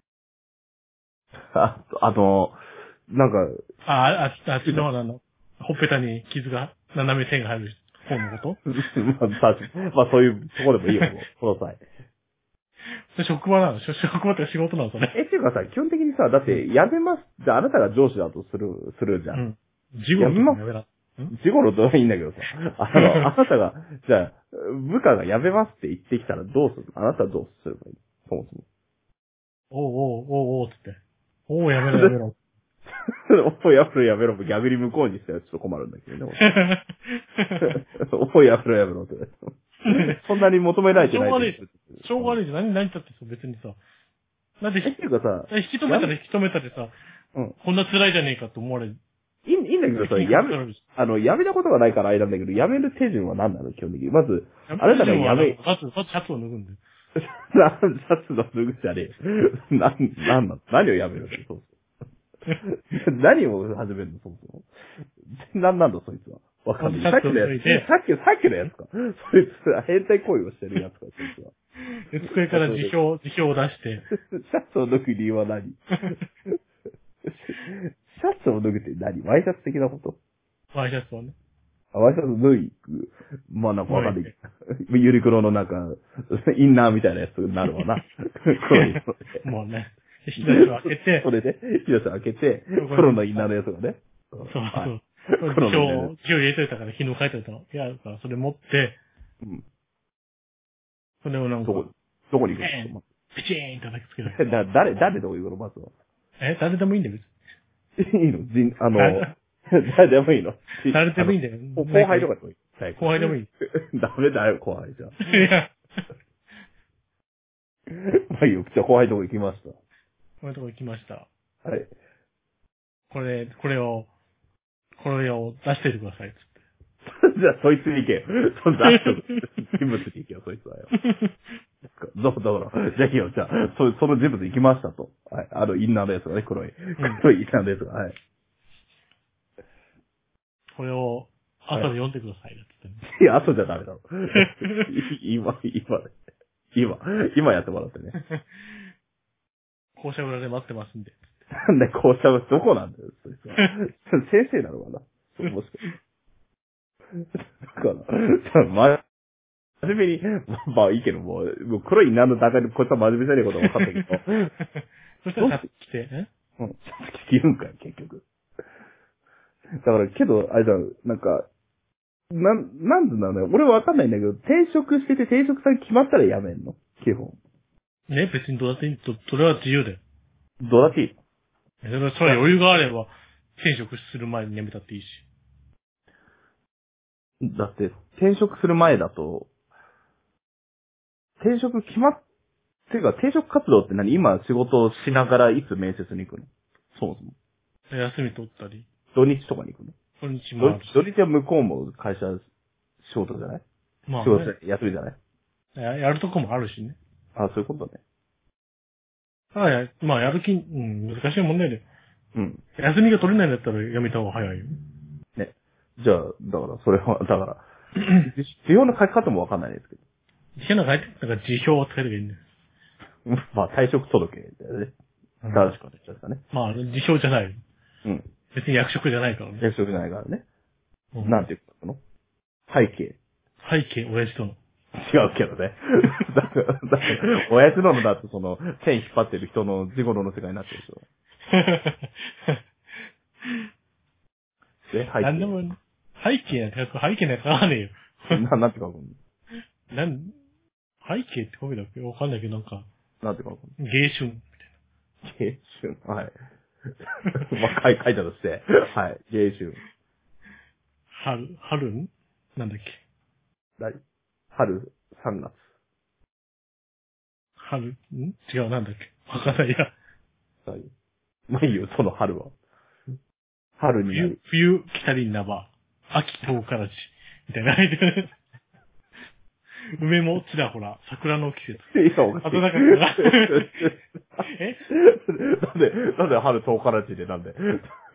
なんか。
あっちのほっぺたに傷が、斜め線が入る方のこと
そういうとこでもいいよ、この際。
職場なの？職場って仕事なのそれ。
っていうかさ、基本的にさ、だって、辞めます。じゃあ、あなたが上司だとするじゃん。
ジゴロとか辞めな。
ジゴロとはいいんだけどさ。あなたが、じゃあ、部下が辞めますって言ってきたらどうするの？あなたはどうすればいい？そもそも。
おうつって。おう、やめろ。
おう、やめろ。逆に向こうにしたらちょっと困るんだけどね。おう、やめろって。そんなに求められてない。
しょうがねえじゃん。何だってさ、別にさ。なんで
っていうかさ、
引き止めたでさ、こんな辛いじゃねえかと思われる。
いいんだけどさ、辞めたことがないからあれなんだけど、辞める手順は何なの基本的に。まず、あなたが
まずシャツを脱ぐんだよ。
シャツの脱ぐじゃねえよ。何を辞めるのそう何を始めるのそもそも。なんだそいつは。わかんない。さっきのやつか。そいつは変態行為をしてるやつか、そいつは。
机から辞表を出して。
シャツを脱ぐ理由は何？シャツを脱ぐって何？ワイシャツ的なこと？
ワイシャツをね。
ワイシャツ脱ぐ。まあなんかわかんない。ユニクロのなんか、インナーみたいなやつになるわな。
もうね。引き出しを開けて。
それで、引き出しを開けて、黒のインナーのやつがね。
そう。辞表入れといたから昨日書いといたの。いや、それ持って、それをなんか、
どこに行くの？
ピチーンと叩きつける。
誰どこ行くのまずは。
誰でもいいんだよ、別
に。いいの誰でもいいの？
誰でもいいんだよ。
後輩とかでもいい？
後輩でもいい。
ダメだよ、後輩じゃ。いや。まあいいよ、じゃあ後輩とこ行きました。
後輩とこ行きました。
はい。
これを出していてください、つって。
じゃあ、そいつに行けよ。その人物に行けよ、そいつはよ。どうじゃあいいよ、じゃあ、その人物行きましたと。はい。インナーのやつがね、黒いインナーのやつが、はい。
これを、後で読んでください、つって。
いや、後じゃダメだろ。今やってもらってね。
校舎裏で待ってますんで。
なんで校舎裏どこなんだよ、そいつは。先生なのかなもしかして。だから、真面目に、まあいいけど、もう黒いインナーの中にこいつは真面目じゃねえことは分かったけど。
そしたらシャツ着て、
シャツ着るんかよ、結局。だから、けど、あれだ、なんか、なんでなのよ。俺は分かんないんだけど、転職してて転職先決まったら辞めんの基本。
ね、別にどうだっていい。それは自由だよ。
どうだっていい？
それは余裕があれば、転職する前に辞めたっていいし。
だって、転職する前だと、てか転職活動って何？今仕事をしながらいつ面接に行くの？ そもそも。
休み取ったり。
土日とかに行くの？
土日もあるし。
土日は向こうも会社仕事じゃない？
まあ、
仕事休みじゃない？
やるとこもあるしね。
あ、そういうことね。
まあ、やる気、難しい問題で。
うん。
休みが取れないんだったらやめた方が早いよ。
ね。じゃあ、だから、それは、だから、需要の書き方もわかんないですけど。
変な書いて、だから辞表をつければいいんだよ。
まあ、退職届だよね。確かに、確かね。
まあ、辞表じゃない。
うん。
別に役職じゃないからね。
役職じゃないからね。
うん、
なんていうの？背景。
背景、親父との。
違うけどね。だから、親父のだとその、線引っ張ってる人の地頃の世界になってるでしょ。で、背景。
なんでも、背景なんて書かねえよ。
なんて書くの？
背景って書いたっけわかんないけど、なんか、
なんて書くの？
芸春み
芸春。はい。まあ、書いたとして。はい。芸春。
たいな。春なんだっけ。
春、3月。
違う、なんだっけ。わかんないや。
はい。まあいいよ、その春は。春になる。
冬、北りんなば、秋唐辛子、みたいな書いてる。梅もちらほら、桜の季節。
いや、おかしい。
暖かくなえ
なんで春唐辛子でなんで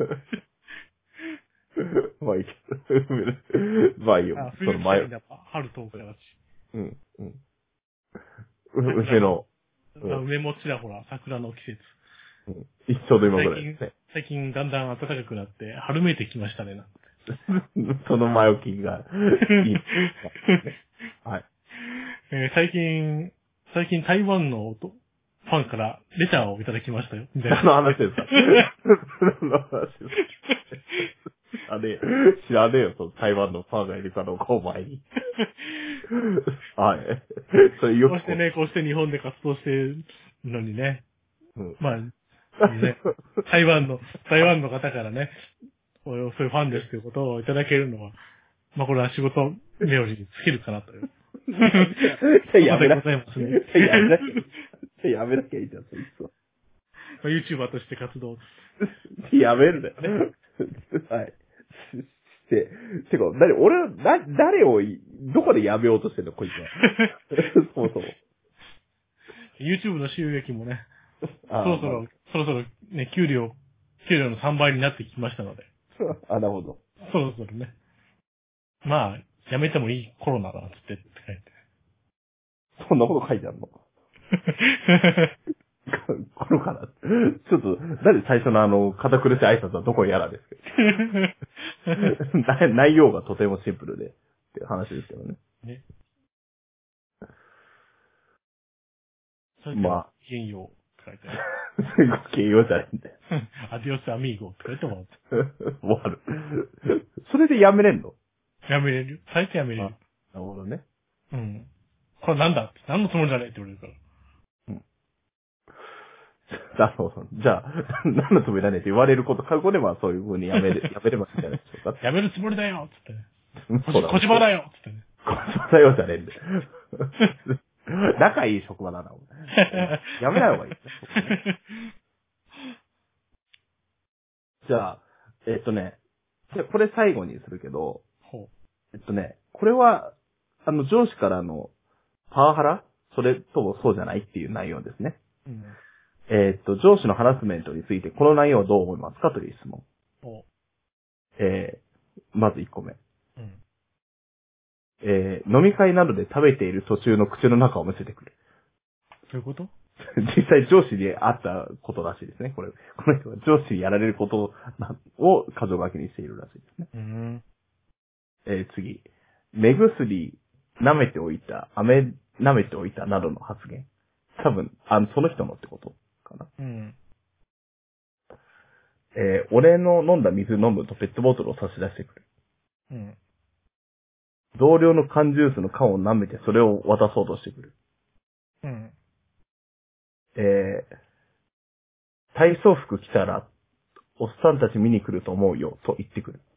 まあいいけど。まあいいよ。
冬来たりなば、春唐辛子。
うん、うん。梅の。
梅もちらほら、桜の季節。
うん。一緒の今ぐらいですね。
最近だんだん暖かくなって、春めいてきましたね、
その前置きがいい。はい。
最近台湾のファンからレターをいただきましたよ。みたいな。
何の話ですか？何の話ですか？知らねえよ、その台湾のファンがいるかどうかお前に。はい。それよく
こうして日本で活動してるのにね。
うん、
まあ、ね、台湾の方からね、そういうファンですということをいただけるのは、まあこれは仕事名字につけるかなという。
やめなきゃいい。
や
やめなきゃいいじゃん、そいつは。
YouTuber として活動。
やめるね。はい。てか、誰を、どこでやめようとしてんの、こいつは。そもそも。
YouTube の収益もね、そろそろね、給料の3倍になってきましたので。
なるほど。
そろそろね。まあ、やめてもいいコロナだな、つって書いて。
そんなこと書いてあるの？コロナだ。ちょっと、なんで最初の堅苦しい挨拶はどこやらですけど。内容がとてもシンプルで、っていう話ですけどね。ね。まあ。
原用って書いてある。
ごきげんようじゃないんだよ。
アディオスアミーゴって書いてもらって。
もうある。それでやめれんの？
やめれるよ。最初やめれる。な
るほどね。
うん。これなんだって、何のつもりじゃねえって言われるから。
うん。なるほど。じゃあ、何のつもりだねって言われること覚悟ではそういう風にやめれますじゃないでしょうか。
やめるつもりだよつってね。
そうだ。
小島だよつってね。
小島だよじゃねえんだよ。仲いい職場だな、やめない方がいい。じゃあ、これ最後にするけど、これは、上司からのパワハラ？それともそうじゃないっていう内容ですね。
うん、
上司のハラスメントについてこの内容はどう思いますかという質問。まず1個目。飲み会などで食べている途中の口の中を見せてくる。
どういうこと？
実際上司にあったことらしいですね。この人は上司にやられることを箇条書きにしているらしいですね。次。目薬、舐めておいた、舐めておいたなどの発言。多分、その人のってことかな。俺の飲んだ水飲むとペットボトルを差し出してくる。同僚の缶ジュースの缶を舐めてそれを渡そうとしてくる。体操服着たら、おっさんたち見に来ると思うよ、と言ってくる。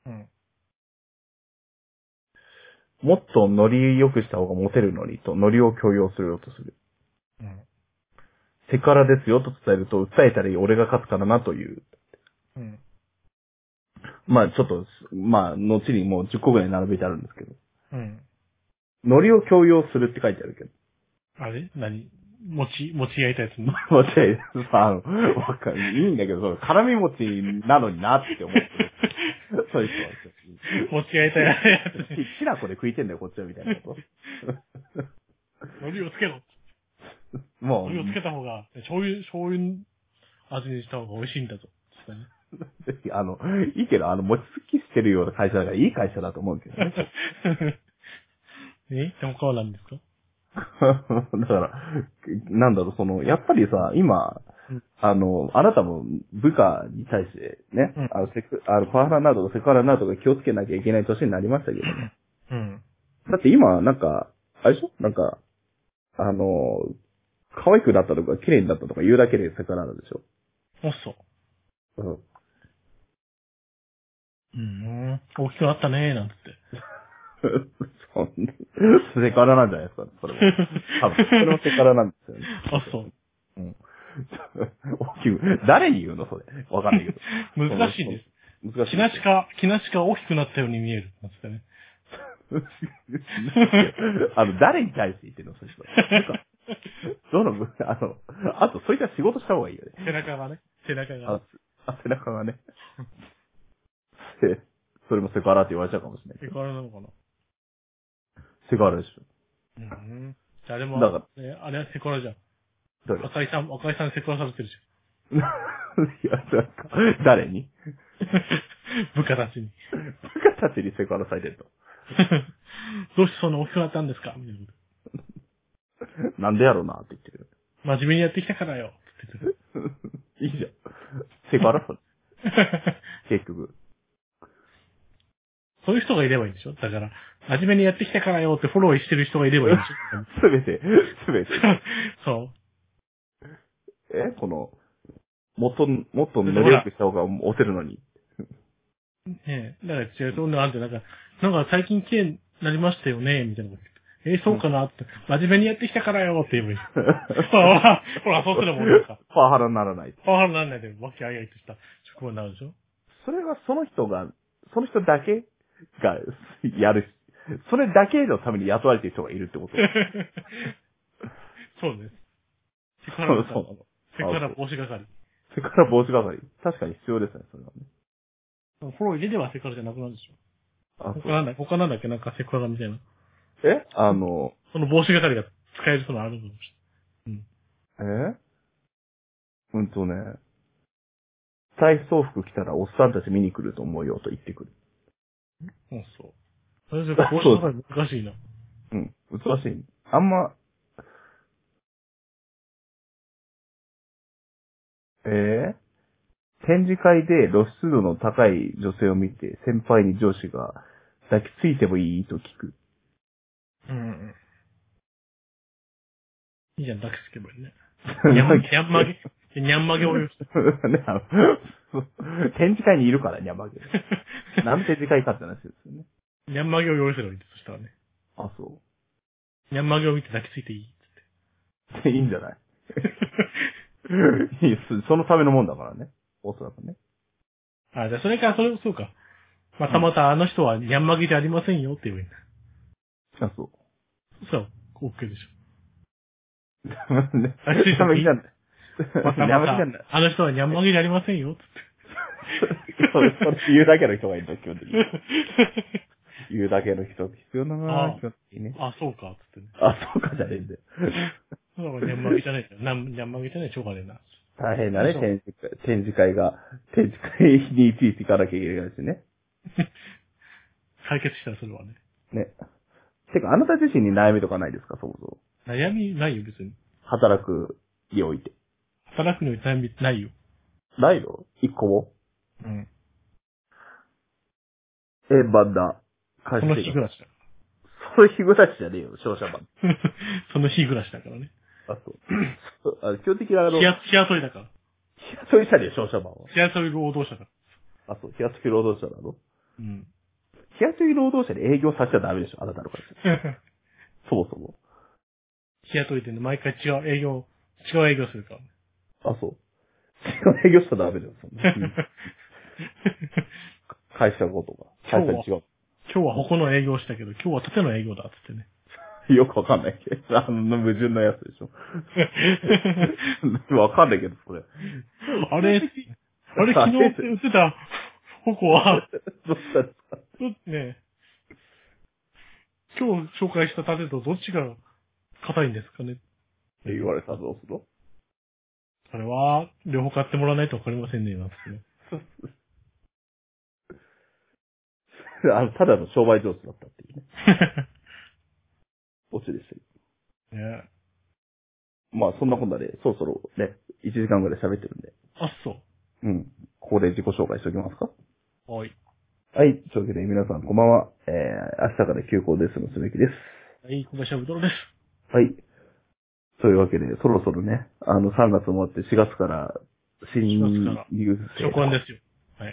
もっとノリ良くした方がモテるのに、とノリを強要するようとする。
セクハラですよと伝えると、訴えたら俺が勝つからなという。
うん。
まあちょっと、まあ後にもう10個ぐらい並べてあるんですけど。
うん。
ノリを強要するって書いてあるけど。
あれ持ち焼いたやつに。
間違いさ、わかる。いいんだけど、その絡み餅なのになって思ってる。そういう人は。
持ち焼いたやつに。
きなこで食いてんだよ、こっちは、みたいなこと。
海苔をつけろ。
もう、
海苔をつけた方が、醤油味にした方が美味しいんだぞ。つって
ね、いいけど、餅つきしてるような会社だから、いい会社だと思うけどね。
で他は何ですか？
だから、なんだろう、やっぱりさ、今、
うん、
あなたも部下に対してね、
うん、
パワハラなどセクハラなどが気をつけなきゃいけない年になりましたけどね。
うん。
だって今、なんか、あれでしょなんか、可愛くなったとか、綺麗になったとか言うだけでセクハラなんでしょ？
おっそ。
うん。
大きくなったねー、なんつって。
セクハラなんじゃないですか、それも。多分、それもセクハラなんですよね。
あ、そう。
うん。大きく、誰に言うのそれ。わかんないけど。
難しいんです。
難しい。
木梨か大きくなったように見える。なんつってね。
誰に対して言ってるのそれ。どの、あと、そいつは仕事した方がいいよね。
背中がね。背中が。
背中がね。それもセクハラって言われちゃうかもしれない。
セクハラなのかな？
セクハラでしょ。
じゃあでも、
だから、
あれはセクハラじゃん。
誰
赤井さんセクハラされてるじ
いや、なんか、誰に
ゃん。部下たちに。
部下たちにセクハラされてると。
どうしてそんな大きくなったんですかみたいなこと。
なんでやろうなって言ってる。
真面目にやってきたからよ。って言ってる。
いいじゃん。セクハラそれ。結局。
そういう人がいればいいんでしょ？だから、真面目にやってきたからよってフォローしてる人がいればいいんでしょ？
すべて。
そ
もっと乗りよくした方が押せるのに。
う。ねえ。だから違う、そんな、なんか最近綺麗になりましたよね、みたいなこと言って。そうかなって。真面目にやってきたからよって言えばいい。ほら、そうすれば俺か。
パワハラにならない。
パワハラにならないで、わきあいあいとした職場になるでしょ？
それはその人だけがやる。それだけのために雇われてる人がいるってこと。
そうです。セクハラ
そうなの。
セクハラ防止係。
セクハラ防止係。確かに必要ですね、それはね。
フォロー入れればセクハラじゃなくなるでしょ。
あ、そう。
他なんだっけなんかセクハラみたいな。
そ
の防止係が使えるそのあるのかもしれない。
体操服着たらおっさんたち見に来ると思うよと言ってくる。
そう。それじゃ防止係難しいな。
うん、難しい。あんま、展示会で露出度の高い女性を見て先輩に上司が抱きついてもいいと聞く。
いいじゃん、抱きつけばいいね。にゃんまげをよ。
展示会にいるから、にゃんまげ。何の展示会かって話ですよね。
にゃんまげを用意すればいいそしたらね。
あ、そ
にゃんまげを見て抱きついていい
って。いいんじゃないいいそのためのもんだからね。おそらくね。
あ、じゃあそれか、そうか。またまたあの人はにゃんまげじゃありませんよって言えばいいんだ。
あ、そう。
そう、OK でしょ。
にゃんまげじゃない。
またあの人はにゃんまげじゃありませんよ、つって。
それ言うだけの人がいるんだ、基本的に。言うだけの人必要だなぁ、基本的にね。
あ、そうか、つってね。
あ、そうかじゃねえんだよ。
だからにゃんまげじゃねえにゃんまげじゃねえ、しょうがねえな。
大変だね、展示会にいちいち行かなきゃいけないしね。
解決したらそれはね。
ね。てか、あなた自身に悩みとかないですか、そもそも。
悩みないよ、別に。
働くにおいて。
働くのに悩みないよ。
ないの？一個も？
うん。
バンダ。
その日暮らしだ。
その日暮らしじゃねえよ、商社版。
その日暮らしだからね。
あ、そう。基本的に
日雇いだから。
日雇いじゃねえよ、商社版は。
日雇い労働者だか
ら。あ、そう。日雇い労働者なの？
うん。
日雇い労働者で営業させちゃダメでしょ、あなたの会社。そもそも。
日雇いでね、毎回違う営業違う営業するから。
あ、そう。違う営業したらダメだよ、そんな。会社ごとか。会社に違う。
今日はここの営業したけど、今日は縦の営業だっつってね。
よくわかんないけど。矛盾のやつでしょ。わかんないけど、それ。
あれ、昨日って売ってた矛は、
どうしたんですか？
ね、今日紹介した盾とどっちが硬いんですかねって
言われたらどうするの？
それは、両方買ってもらわないとわかりませんね、なんですね。
ただの商売上手だったっていうね。オチでしたよ。
ね
まあ、そんなこんなで、そろそろね、1時間ぐらい喋ってるんで。
あ、そ
うん。ここで自己紹介しておきますか？
う。はい。
はい。というわけで、皆さんこんばんは。明日から休校ですのすべきです。
はい、小林はぶどろです。
はい。というわけで、そろそろね、3月終わって4月から新入生。
職案ですよ。はい。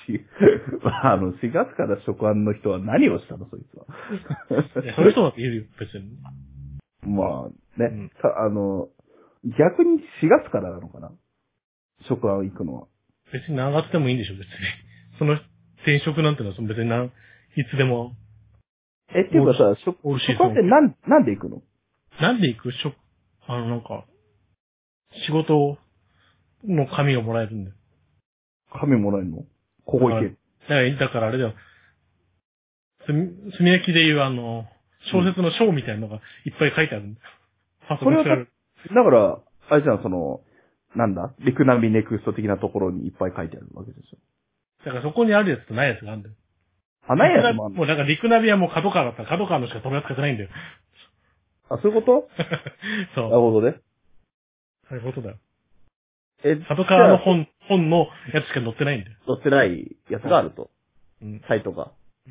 4月から職案の人は何をしたの、そいつは。
いやそういう人だっているよ、別に。
まあ、ね、
うん、
逆に4月からなのかな、職案行くのは。
別に長ってもいいんでしょ、別に。その転職なんてのは別にいつでも。
っていうかさ、職案ってなんで行くの？
なんで行くなんか、仕事の紙をもらえるんだよ。
紙もらえるの？ここ行け。
だからあれだよ。炭焼きでいう小説の章みたいなのがいっぱい書いてあるんだよ。
それはだから、あれじゃん、なんだリクナビネクスト的なところにいっぱい書いてあるわけでしょ。
だからそこにあるやつとないやつがあるんだよ。
あ、ないやつもあるの？
もうだからリクナビはもう角川だったら角川のしか取り扱ってないんだよ。
あ、そういうこと？
そう。
なるほどね。
そういうことだよ。
角
川の本のやつしか載ってないんだよ。
載ってないやつがあると。
うん。
サイトが。
うん。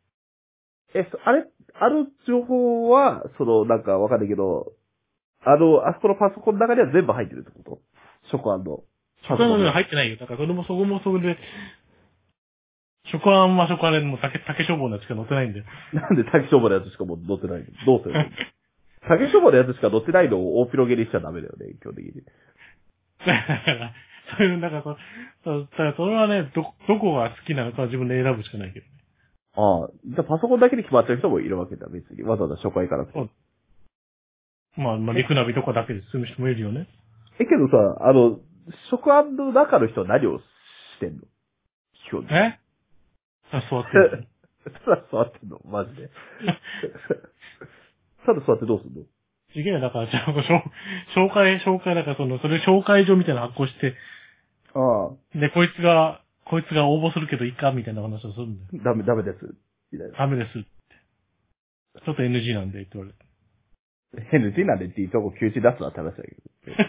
ある情報は、なんかわかんないけど、あそこのパソコンの中には全部入ってるってこと？職案の。
職案の中に入ってないよ。だからそこで、職案は職案でも竹消防のやつしか載ってないんだよ。
なんで竹消防のやつしかも載ってないの？どうするの？竹消防のやつしか載ってないのを大広げにしちゃダメだよね、基本的に。
そういう、だからそれはね、どこが好きなのかは自分で選ぶしかないけどね。
ああ、じゃあパソコンだけで決まっちゃう人もいるわけだ、別に。わざわざ初回から。
まあ、リクナビとかだけで済む人もいるよね。
けどさ、職案の中の人は何をしてんの？基本的に。
座ってる。
ただ座ってんの？マジで。ただ座ってどうすんの？
いけない、だから、紹介、だからそれ紹介状みたいなの発行して、
ああ。
で、こいつが応募するけどいいかみたいな話をするんだよ。
ダメです。みたいな。
ダメですって。ちょっと NG なんでって言われて。
NG なんでっていうとこ休止出すなって話だけ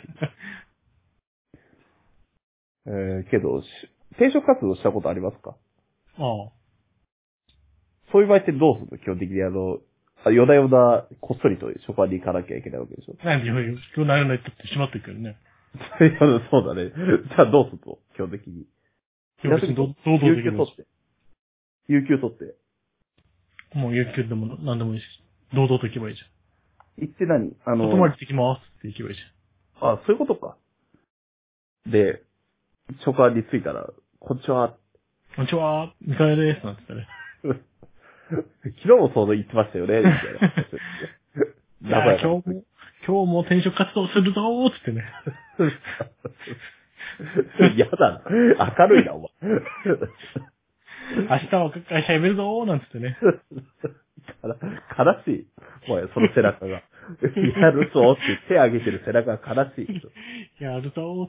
ど。けど、転職活動したことありますか？
ああ。
そういう場合ってどうするの？基本的によだよだこっそりと職場に行かなきゃいけないわけでしょ。
なんで今日何言ったってしまってるけどね。
そうだね。じゃあどうするの？基本的に。
いや別に堂々とできるし。
有給取って。
もう有給でも何でもいいし。堂々と行けばいいじ
行って何？
ゃん。外回りしてきますって行けばいいじ
ゃん。あ、そういうことか。で、職場に着いたら、こんにちは。
こんにちは、ミカエです。なんて言ったね。
昨日もそう言ってましたよね、みたいな。
今日も転職活動するぞーってってね。
嫌だな。明るいな、お前。
明日は会社辞めるぞーなんつってね。
悲しい。お前、その背中が。やるぞって手挙げてる背中が悲しい。
やるぞーって。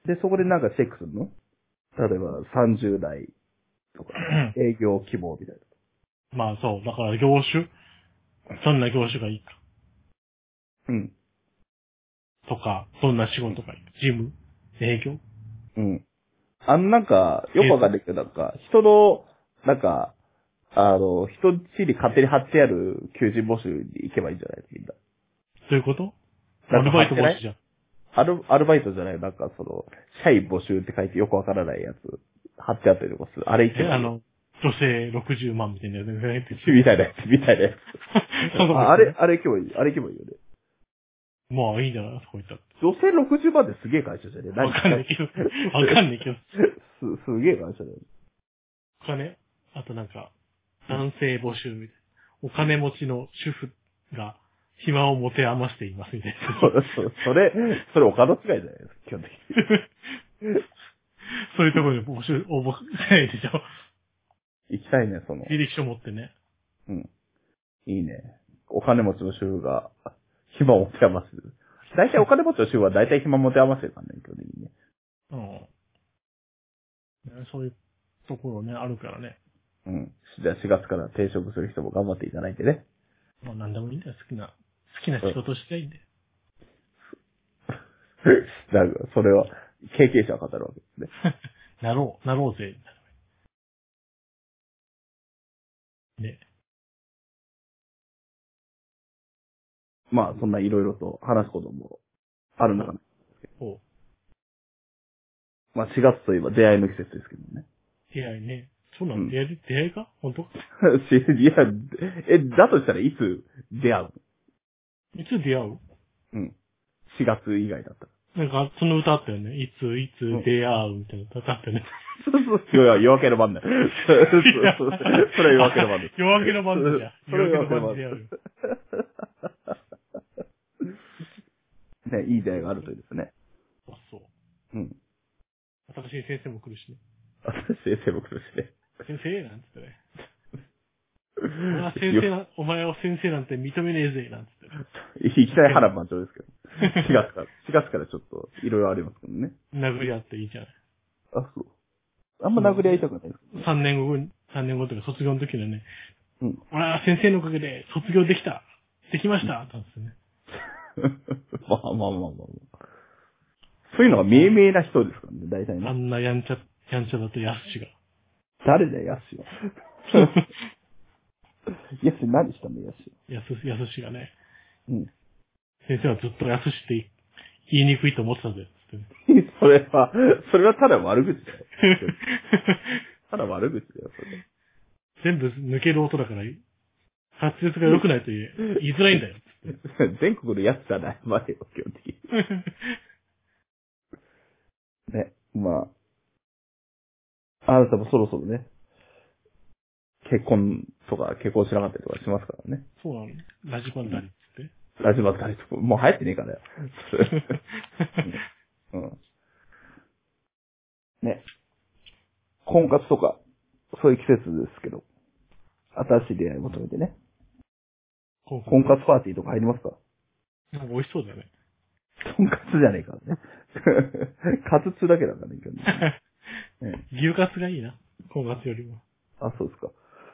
で、そこでなんかチェックするの？例えば30代とか、営業希望みたいな。
まあそう、だから業種どんな業種がいいか。
うん。
とか、どんな仕事がいいか。事務営業
うん。なんか、よくわかんないけど、なんか、人の、なんか、人んちに勝手に貼ってある求人募集に行けばいいんじゃないみんな。
どういうこと？アルバイト募集じゃん。
アルバイトじゃない、なんか社員募集って書いてよくわからないやつ、貼ってあったりとかする。あれ行けばいい。
女性60万みたいなやつ
みたいなやつ。あれ行けばいいよね。
まあいいんじゃないそこ行ったら。
女性60万ですげえ会社じゃねえ。
わかんないけど。わかんないけど。
すげえ会社だよ。
お金あとなんか、男性募集みたいな。お金持ちの主婦が暇を持て余していますみたいな。
それお門違いじゃないですか、基本的に。
そういうところで募集、応募しないでしょ。
行きたいね、その。
履歴書持ってね。
うん。いいね。お金持ちの主婦が暇を持て余す。大体お金持ちの主婦は大体暇持て余してるからね、基本的にね。
うん。そういうところね、あるからね。
うん。じゃあ4月から転職する人も頑張っていただいてね。
まあ何でもいいんだよ、好きな仕事していいんだよ。
だから、それは、経験者は語るわけですね。
なろうぜ。ね。
まあ、そんないろいろと話すこともあるのかな。
お
まあ、4月といえば出会いの季節ですけどね。
出会いね。そうなの、
うん
出会いか本当
いや、だとしたらいつ出会う
いつ出会う
うん。4月以外だったら。
なんか、その歌あったよね。いつ出会うみたいな歌あったよね。
いや、夜明けの晩だよ。それは夜明けの晩です。
夜明けの晩だじゃん。
それは
夜明け
夜明けの晩
の晩で出会うよ。
ね、いい出会いがあるといいですね。
あ、そう。
うん。
私に先生も来るしね。
私、先生も来るしね。
先生なんつってね。お前は先生なんて認めねえぜ、なんつってね。
いきなり波乱万丈ですけど。4月からちょっと、いろいろありますけどね。
殴り合っていいじゃない。
あ、そう。あんま殴り合いたくないです。
3年後とか卒業の時のね、
うん。
俺は先生のおかげで卒業できました、なんつってね。
まあ。そういうのが明々な人ですからね、大体
あ
ね。
んなやんちゃだとやすしが。
誰だよ、ヤシは。ヤシ何したの、ヤシは。
やすしがね、
うん。
先生はずっとやすしって言いにくいと思ってたぜ、つってね。
それはただ悪口だよ。ただ悪口だよ、それ。
全部抜ける音だから、滑舌が良くないと言いづらいんだよ、つって。
全国のやつじゃない、まあよ、基本的に。ね、まあ。あなたもそろそろね、結婚しなかったりとかしますからね。
そうなの。ラジバンダリっつって。
ラジバスカリとか、もう流行ってねえからよ。うん。ね。婚活とか、そういう季節ですけど、新しい出会い求めてね。婚活パーティーとか入りますか？
なんか美味しそうだよね。
婚活じゃねえからね。カツツだけだからね、今日ね。
牛カツがいいな。婚活よりも。
あ、そうですか。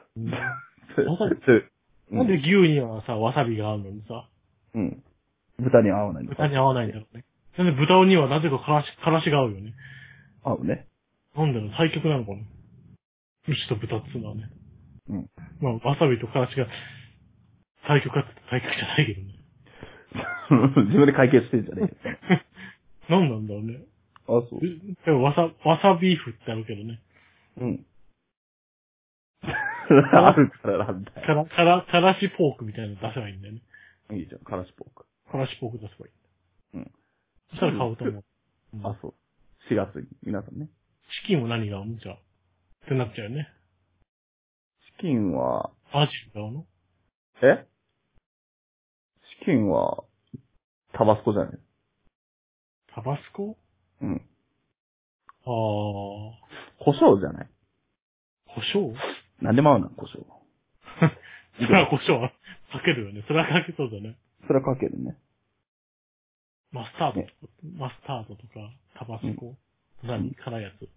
なんで牛にはさ、わさびが合うのにさ、
うん。豚には合わないのか。
豚に合わないんだろうね。なんで豚にはなぜかからしが合うよね。
合うね。
なんだろう、対極なのかな。牛と豚っつうのはね。
うん。
まあ、わさびとからしが対極かって対極じゃないけどね。
自分で解決してんじゃねえよ。
なんなんだろうね。
あ、そう。
でもわさビーフってあるけどね。
うん。あるからなんだよ。
からしポークみたいなの出せばいいんだよね。
いいじゃん、からしポーク。
からしポーク出せばいい。
うん。
そしたら買うと思う。
あ、そう。4月に、皆さんね。
チキンも何が合うのじゃあ。ってなっちゃうよね。
チキンは、
アジが合うの
えチキンは、タバスコじゃない
タバスコ
うん。
あー。
胡椒じゃない
胡椒
なんでも合うな、胡椒。
それは胡椒はかけるよね。それはかけそうだね。
それはかけるね。
マスタードとか、タバスコ。何辛いやつ。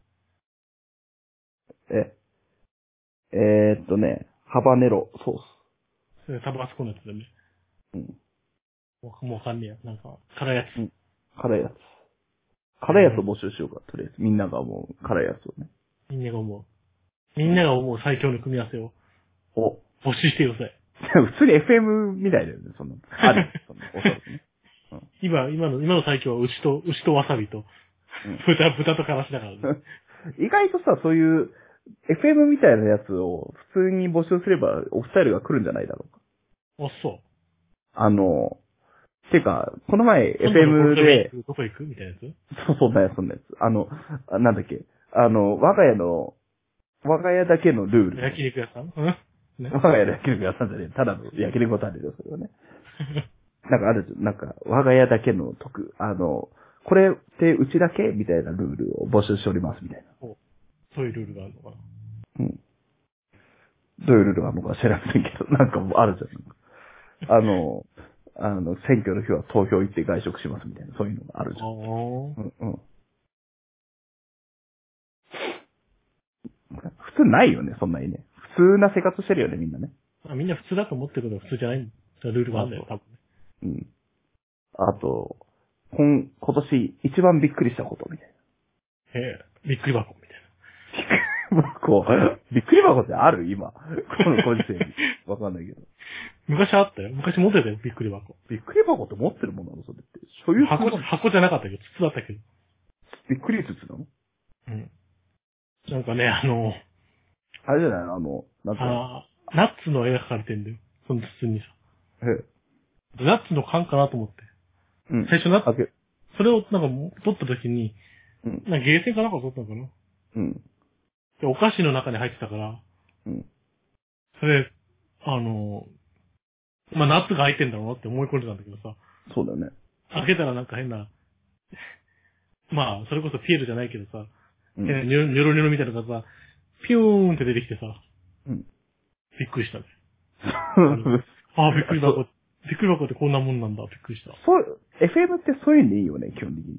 ハバネロソー
それタバスコのやつだね。
ス。うん。
もうわかんねえや。なんか、辛いやつ。
辛いやつ。辛いやつを募集しようか、とりあえず。みんなが思う辛いやつをね。
みんなが思う最強の組み合わせを
お。
募集してください。
普通に FM みたいだよね、その。ある。その、おそらくね。
今の最強は牛とわさびと、豚とからしだからね。
意外とさ、そういう、FM みたいなやつを普通に募集すれば、オフスタイルが来るんじゃないだろうか。
あ、そ
てか、この前
今度のゴー
FM
ルデンウィ
で
ー、クどこ行くみたいなやつ
そう、そんなやつ、そんなやつ。なんだっけ。我が家だけのルール。
焼肉屋さんうんね。
我が家の焼肉屋さんじゃねえ。ただの焼肉屋ですよ、それはね。なんかあるじゃん。なんか、我が家だけのこれってうちだけみたいなルールを募集しております、みたいな。
そういうルールがあるのかな。
うん。どういうルールがあるのか知らないけど、なんかもうあるじゃん。選挙の日は投票行って外食しますみたいな、そういうのがあるじゃん。うんうん。普通ないよね、そんなにね。普通な生活してるよね、みんなね。
みんな普通だと思ってるけど普通じゃないルールがあるんだよ、多分ね。
うん。あと、今年一番びっくりしたことみたい
びっくり箱みたい
な。びっくり箱ってある今。このご時世に。わかんないけど。
な。昔あったよ。昔持ってたよ、びっくり箱。
びっくり箱って持ってるもんなのそれって。所有するもの
箱じゃなかったけど、筒だったけど。
びっくり筒なの
うん。なんかね、
あれじゃないなんか。
ナッツの絵が描かれてんだよ。その筒にさ。
え
ナッツの缶かなと思って。
うん。
最初ナッツ、
け
それをなんか取った時に、
うん。
なんかゲーセンかなんか取ったのかな。
うん。
で、お菓子の中に入ってたから、
うん。
それ、ナッツが入ってんだろうなって思い込んでたんだけどさ、
そうだよね。
開けたらなんか変な、それこそピエールじゃないけどさ、
うん
変なニョロニョロみたいなのがさ、ピューンって出てきてさ、
うん。
びっくりしたね。びっくり箱ってこんなもんなんだ、びっくりした。
FM ってそういうんでいいよね、基本的に。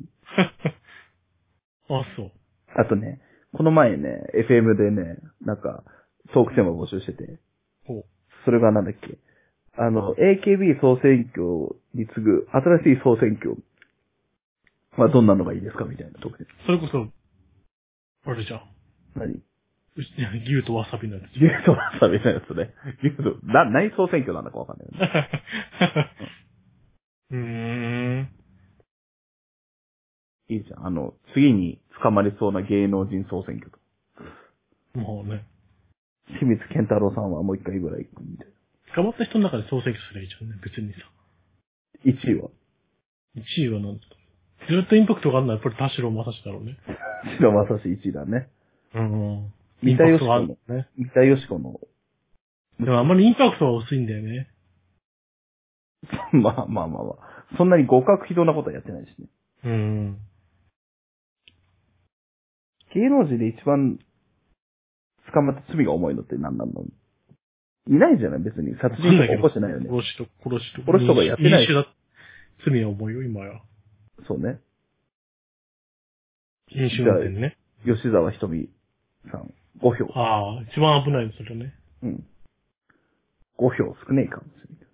そう。
あとね、この前ね、FM でね、なんか、トークテーマ募集してて、
ほう。
それがなんだっけ、AKB 総選挙に次ぐ新しい総選挙はどんなのがいいですかみたいなトークテーマ。
それこそ、あれじゃん。
何
牛とわさびのやつ。
牛とわさびのやつね。牛と、何総選挙なんだかわかんないよね。いいじゃん。次に捕まりそうな芸能人総選挙と。
もうね。
清水健太郎さんはもう一回ぐらい行くみたい
捕まった人の中で総選挙すればいいじゃんね、別にさ。
な。1位は
1位は何ですか？ずっとインパクトがあるのはやっぱり田代正史だろうね。
白正史1位だね。
インパクトがあるね。
三田佳子の。
でもあんまりインパクトは薄いんだよね。
まあ。そんなに互角非道なことはやってないしね。芸能人で一番捕まった罪が重いのって何なんだろう。いないじゃない別に。殺人とか起こしてないよね。
殺しと
かやってない。
飲酒だ。罪は重いよ、今や。
そうね。
飲酒運転ね。
吉沢ひとみさん、5票。
一番危ないの、それね。
うん。5票少ねえかもしれない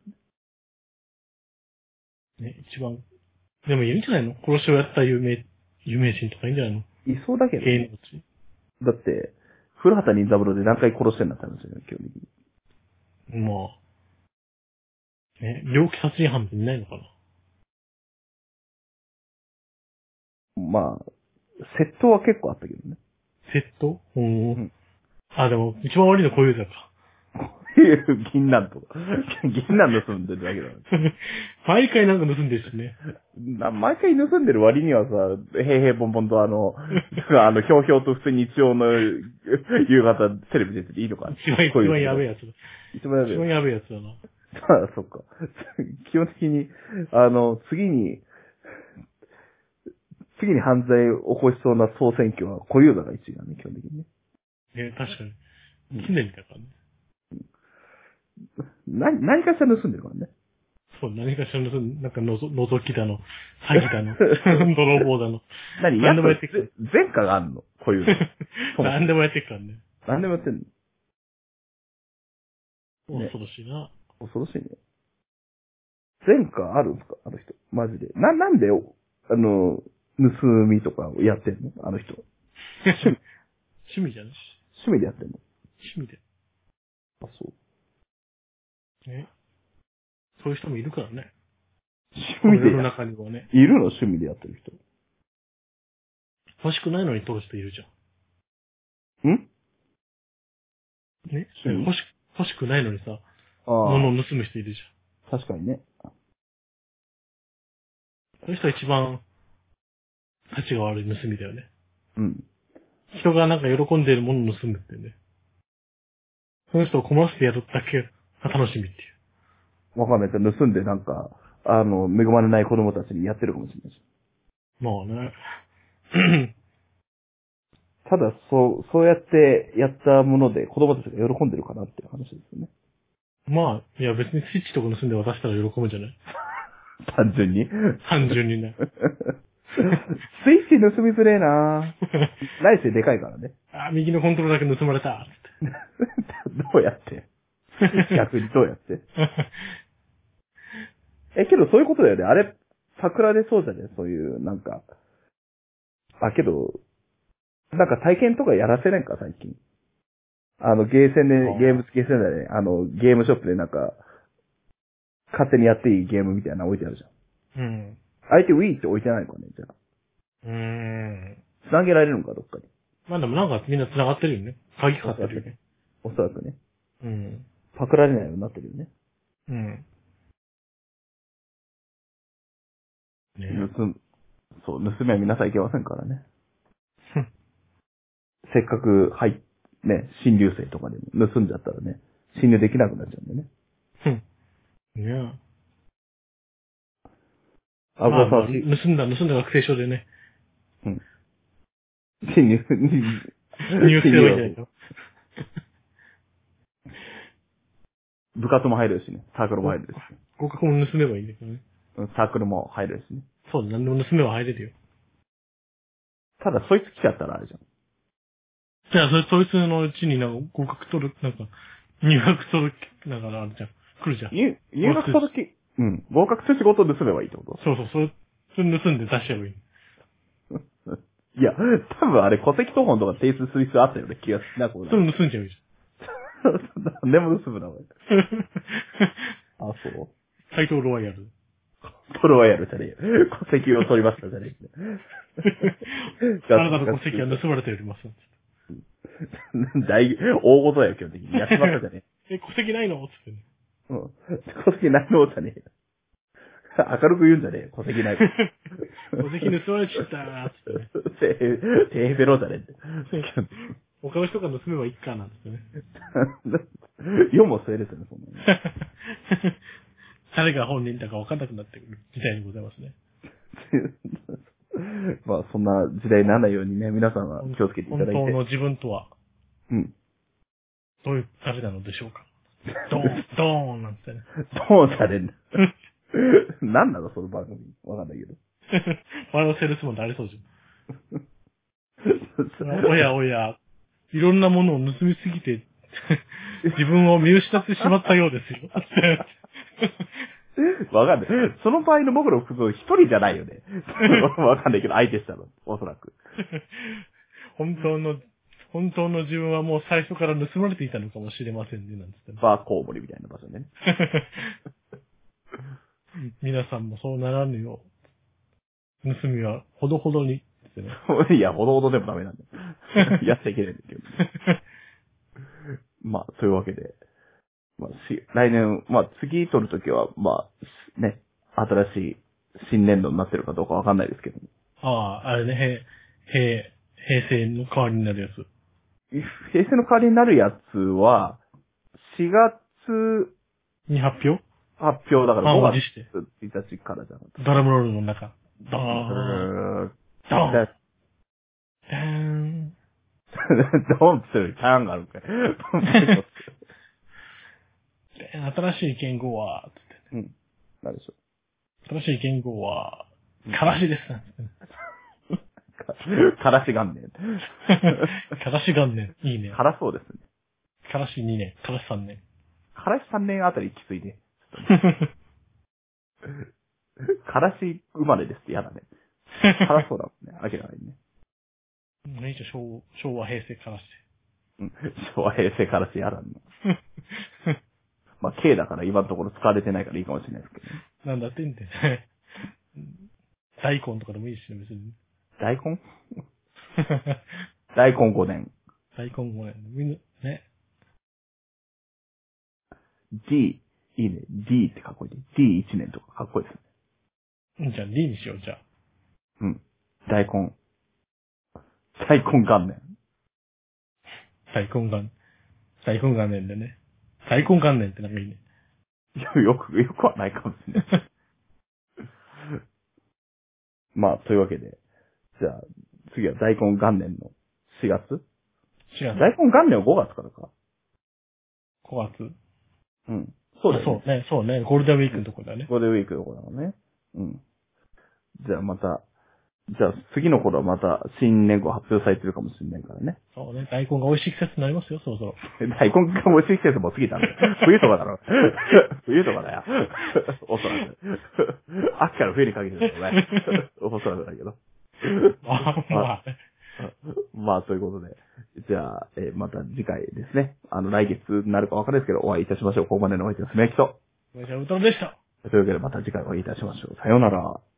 けど
ね。一番。でもいるんじゃないの？殺しをやった有名人とかいいんじゃないの？
いそうだけど、
芸能人。
だって、古畑任三郎で何回殺してんだって話だよね、基本的に。
猟奇殺人犯っていないのかな？
窃盗は結構あったけどね。
窃盗？でも、一番悪いの小遊三か。
銀杏とか。銀杏盗んでるだけだね。
毎回なんか盗んでるしね。
毎回盗んでる割にはさ、平凡々とひょうひょうと普通に日曜の夕方テレビ出てていいのかな。
一番やべえやつだ。
一番やべえ
やつだな。
そっか。基本的に、次に犯罪を起こしそうな総選挙は小遊三が1位だね、基本的にね。
確かに。常にだからね。
何かしら盗んでるからね。
そう、何かしら盗んで、なんか覗きだの、詐欺だの、泥棒だの。
何でもやってくる。前科があんの小遊三。
何でもやってくからね。
何でもやってんの
恐ろしいな。
恐ろしいね。前科あるんですかあの人。マジで。なんで、盗みとかをやってんのあの人。
趣味じゃね
趣味でやってんの
趣味で。
あ、そう。
そういう人もいるからね。
趣味で。
世の中にはね。
いるの趣味でやってる人。
欲しくないのに取る人いるじゃん。ね欲しくないのにさ、物を盗む人いるじ
ゃん。確かにね。
そういう人は一番、価値が悪い盗みだよね。
うん。
人がなんか喜んでいるものを盗むってね。その人を困らせてやるだけが楽しみっていう。
わかんないけど、盗んでなんか、恵まれない子供たちにやってるかもしれないし。
まあね。
ただ、そうやってやったもので子供たちが喜んでるかなっていう話ですよね。
まあ、いや別にスイッチとか盗んで渡したら喜ぶんじゃない？
単純に。
単純にね。
スイッチ盗みづれえな来世でかいからね。
あ、右のコントロールだけ盗まれた。
どうやって逆にどうやってけどそういうことだよね。あれ、桜でそうじゃねそういう、なんか。けど、なんか体験とかやらせないか、最近。ゲーセンで、ゲーセンだね。ゲームショップでなんか、勝手にやっていいゲームみたいなの置いてあるじゃん。
うん。
相手 Wii って置いてないのかね、じゃあ。繋げられるのか、どっかに。
まあでもなんかみんな繋がってるよね。鍵かかってるよね。
おそらくね。
うん。
パクられないようになってるよね。
うん。ね
そう、盗みは皆さんいけませんからね。せっかく、ね、新入生とかでも盗んじゃったらね、侵入できなくなっちゃうんでね。
ね
あ、
まあ、
さん、
盗んだ学生証でね。
うん。侵入、
入生はいいんじゃないか。
部活も入れるしね。サークルも入れるし。
合格も盗めばいいんだけどね。
サークルも入れるしね。
そうだ、何でも盗めば入れるよ。
ただ、そいつ来ちゃったらあれじゃん。
じゃあ、そいつのうちになんか合格取る、なんか、入学届、なんかあるじゃん。来るじゃん。
入学届、合格通知ごと盗めばいいってこと
そう、それ盗んで出しちゃえばいい。
いや、多分あれ戸籍謄本とか提出する必要あったよね、気がしなくもない。
それ盗んじゃうじ
何でも盗むな、おい。
ゃん。
あ、そう。
怪盗ロワイヤル。
トロワイヤルじゃねえよ。戸籍を取りましたじゃねえよ。
あなたの戸籍は盗まれております。
大事だよ、基本的に。やってましたじゃね
戸籍ないのつってね。
え。戸籍ないのじゃねえよ。明るく言うんじゃねえよ、戸籍ない。
戸籍盗まれちゃったーつってね。
テーペロじゃねえって。
他の人が盗めばいいかなんつってね。
世も末ですよね、そんなの。
誰が本人だか分かんなくなってくる時代にございますね。
まあ、そんな時代にならないようにね、皆さんは気をつけていただいて。
本当の自分とは、
うん。
どういう誰なのでしょうか。ドーンなんてね。
どうされんの何なのその番組。わかんないけど。
我のセールスマンでありそうじゃん。おやおや、いろんなものを盗みすぎて、自分を見失ってしまったようですよ。
わかんない。その場合の僕の服装一人じゃないよね。わかんないけど、相手したの。おそらく。
本当の自分はもう最初から盗まれていたのかもしれませんね、なんつってね。
バーコウモリみたいな場所ね。
皆さんもそうならぬよう、盗みはほどほどに、ね。
いや、ほどほどでもダメなんだよ。やっちゃいけないんだけど。まあ、というわけで。まあ、来年、まあ、次取るときは、まあ、ね、新しい新年度になってるかどうかわかんないですけども。
ああ、あれね、平成の代わりになるやつ。
平成の代わりになるやつは、4月
に発表
だから5
月
1日からじゃなかった。
ドラムロールの中。ドーン。ドーン。ダーン。
ドンっていうターンがあるんかい。
新しい言語は、つって。
うん。なんでしょ
新しい言語は、からしです。
う。からし元年。
からし元年。いいね。
からそうですね。
からし2年。からし3年。
からし3年あたりきついね。からし生まれですって嫌だね。からそうだもんね。明らかにね。
一応昭和、平成からし
うん。昭和平成からし嫌だね。まあ、K だから今のところ使われてないからいいかもしれないですけどね。
なんだってんだよ。大根とかでもいいしね、別に。
大根大根5年。
大根5年。みんな、ね。
D、いいね。D ってかっこいいね。D1 年とかかっこいいですね。
じゃあ D にしよう、じゃあ。
うん。大根元年。
大根元年でね。大根元年ってなんかいいね。
いや、よくはないかもしれない。まあ、というわけで。じゃあ、次は大根元年の4月
違う。
大根元年は5月からか。
5月。
うん。そうだよね。
そうね。ゴールデンウィークのとこだね。
ゴールデンウィークの頃だもんね。うん。じゃあ次の頃はまた新年号発表されてるかもしれないからね。
そうね。大根が美味しい季節になりますよ、そろそろ。
大根が美味しい季節も過ぎたんだよ。冬とかだろ。冬とかだよ。おそらく。秋から冬にかけてだよね。おそらくだけど。まあ、ということで。じゃあ、また次回ですね。来月になるかわからないですけど、お会いいたしましょう。ここまでのお相手はすめきと。
めちゃうとろでした。
というわけでまた次回お会いいたしましょう。さようなら。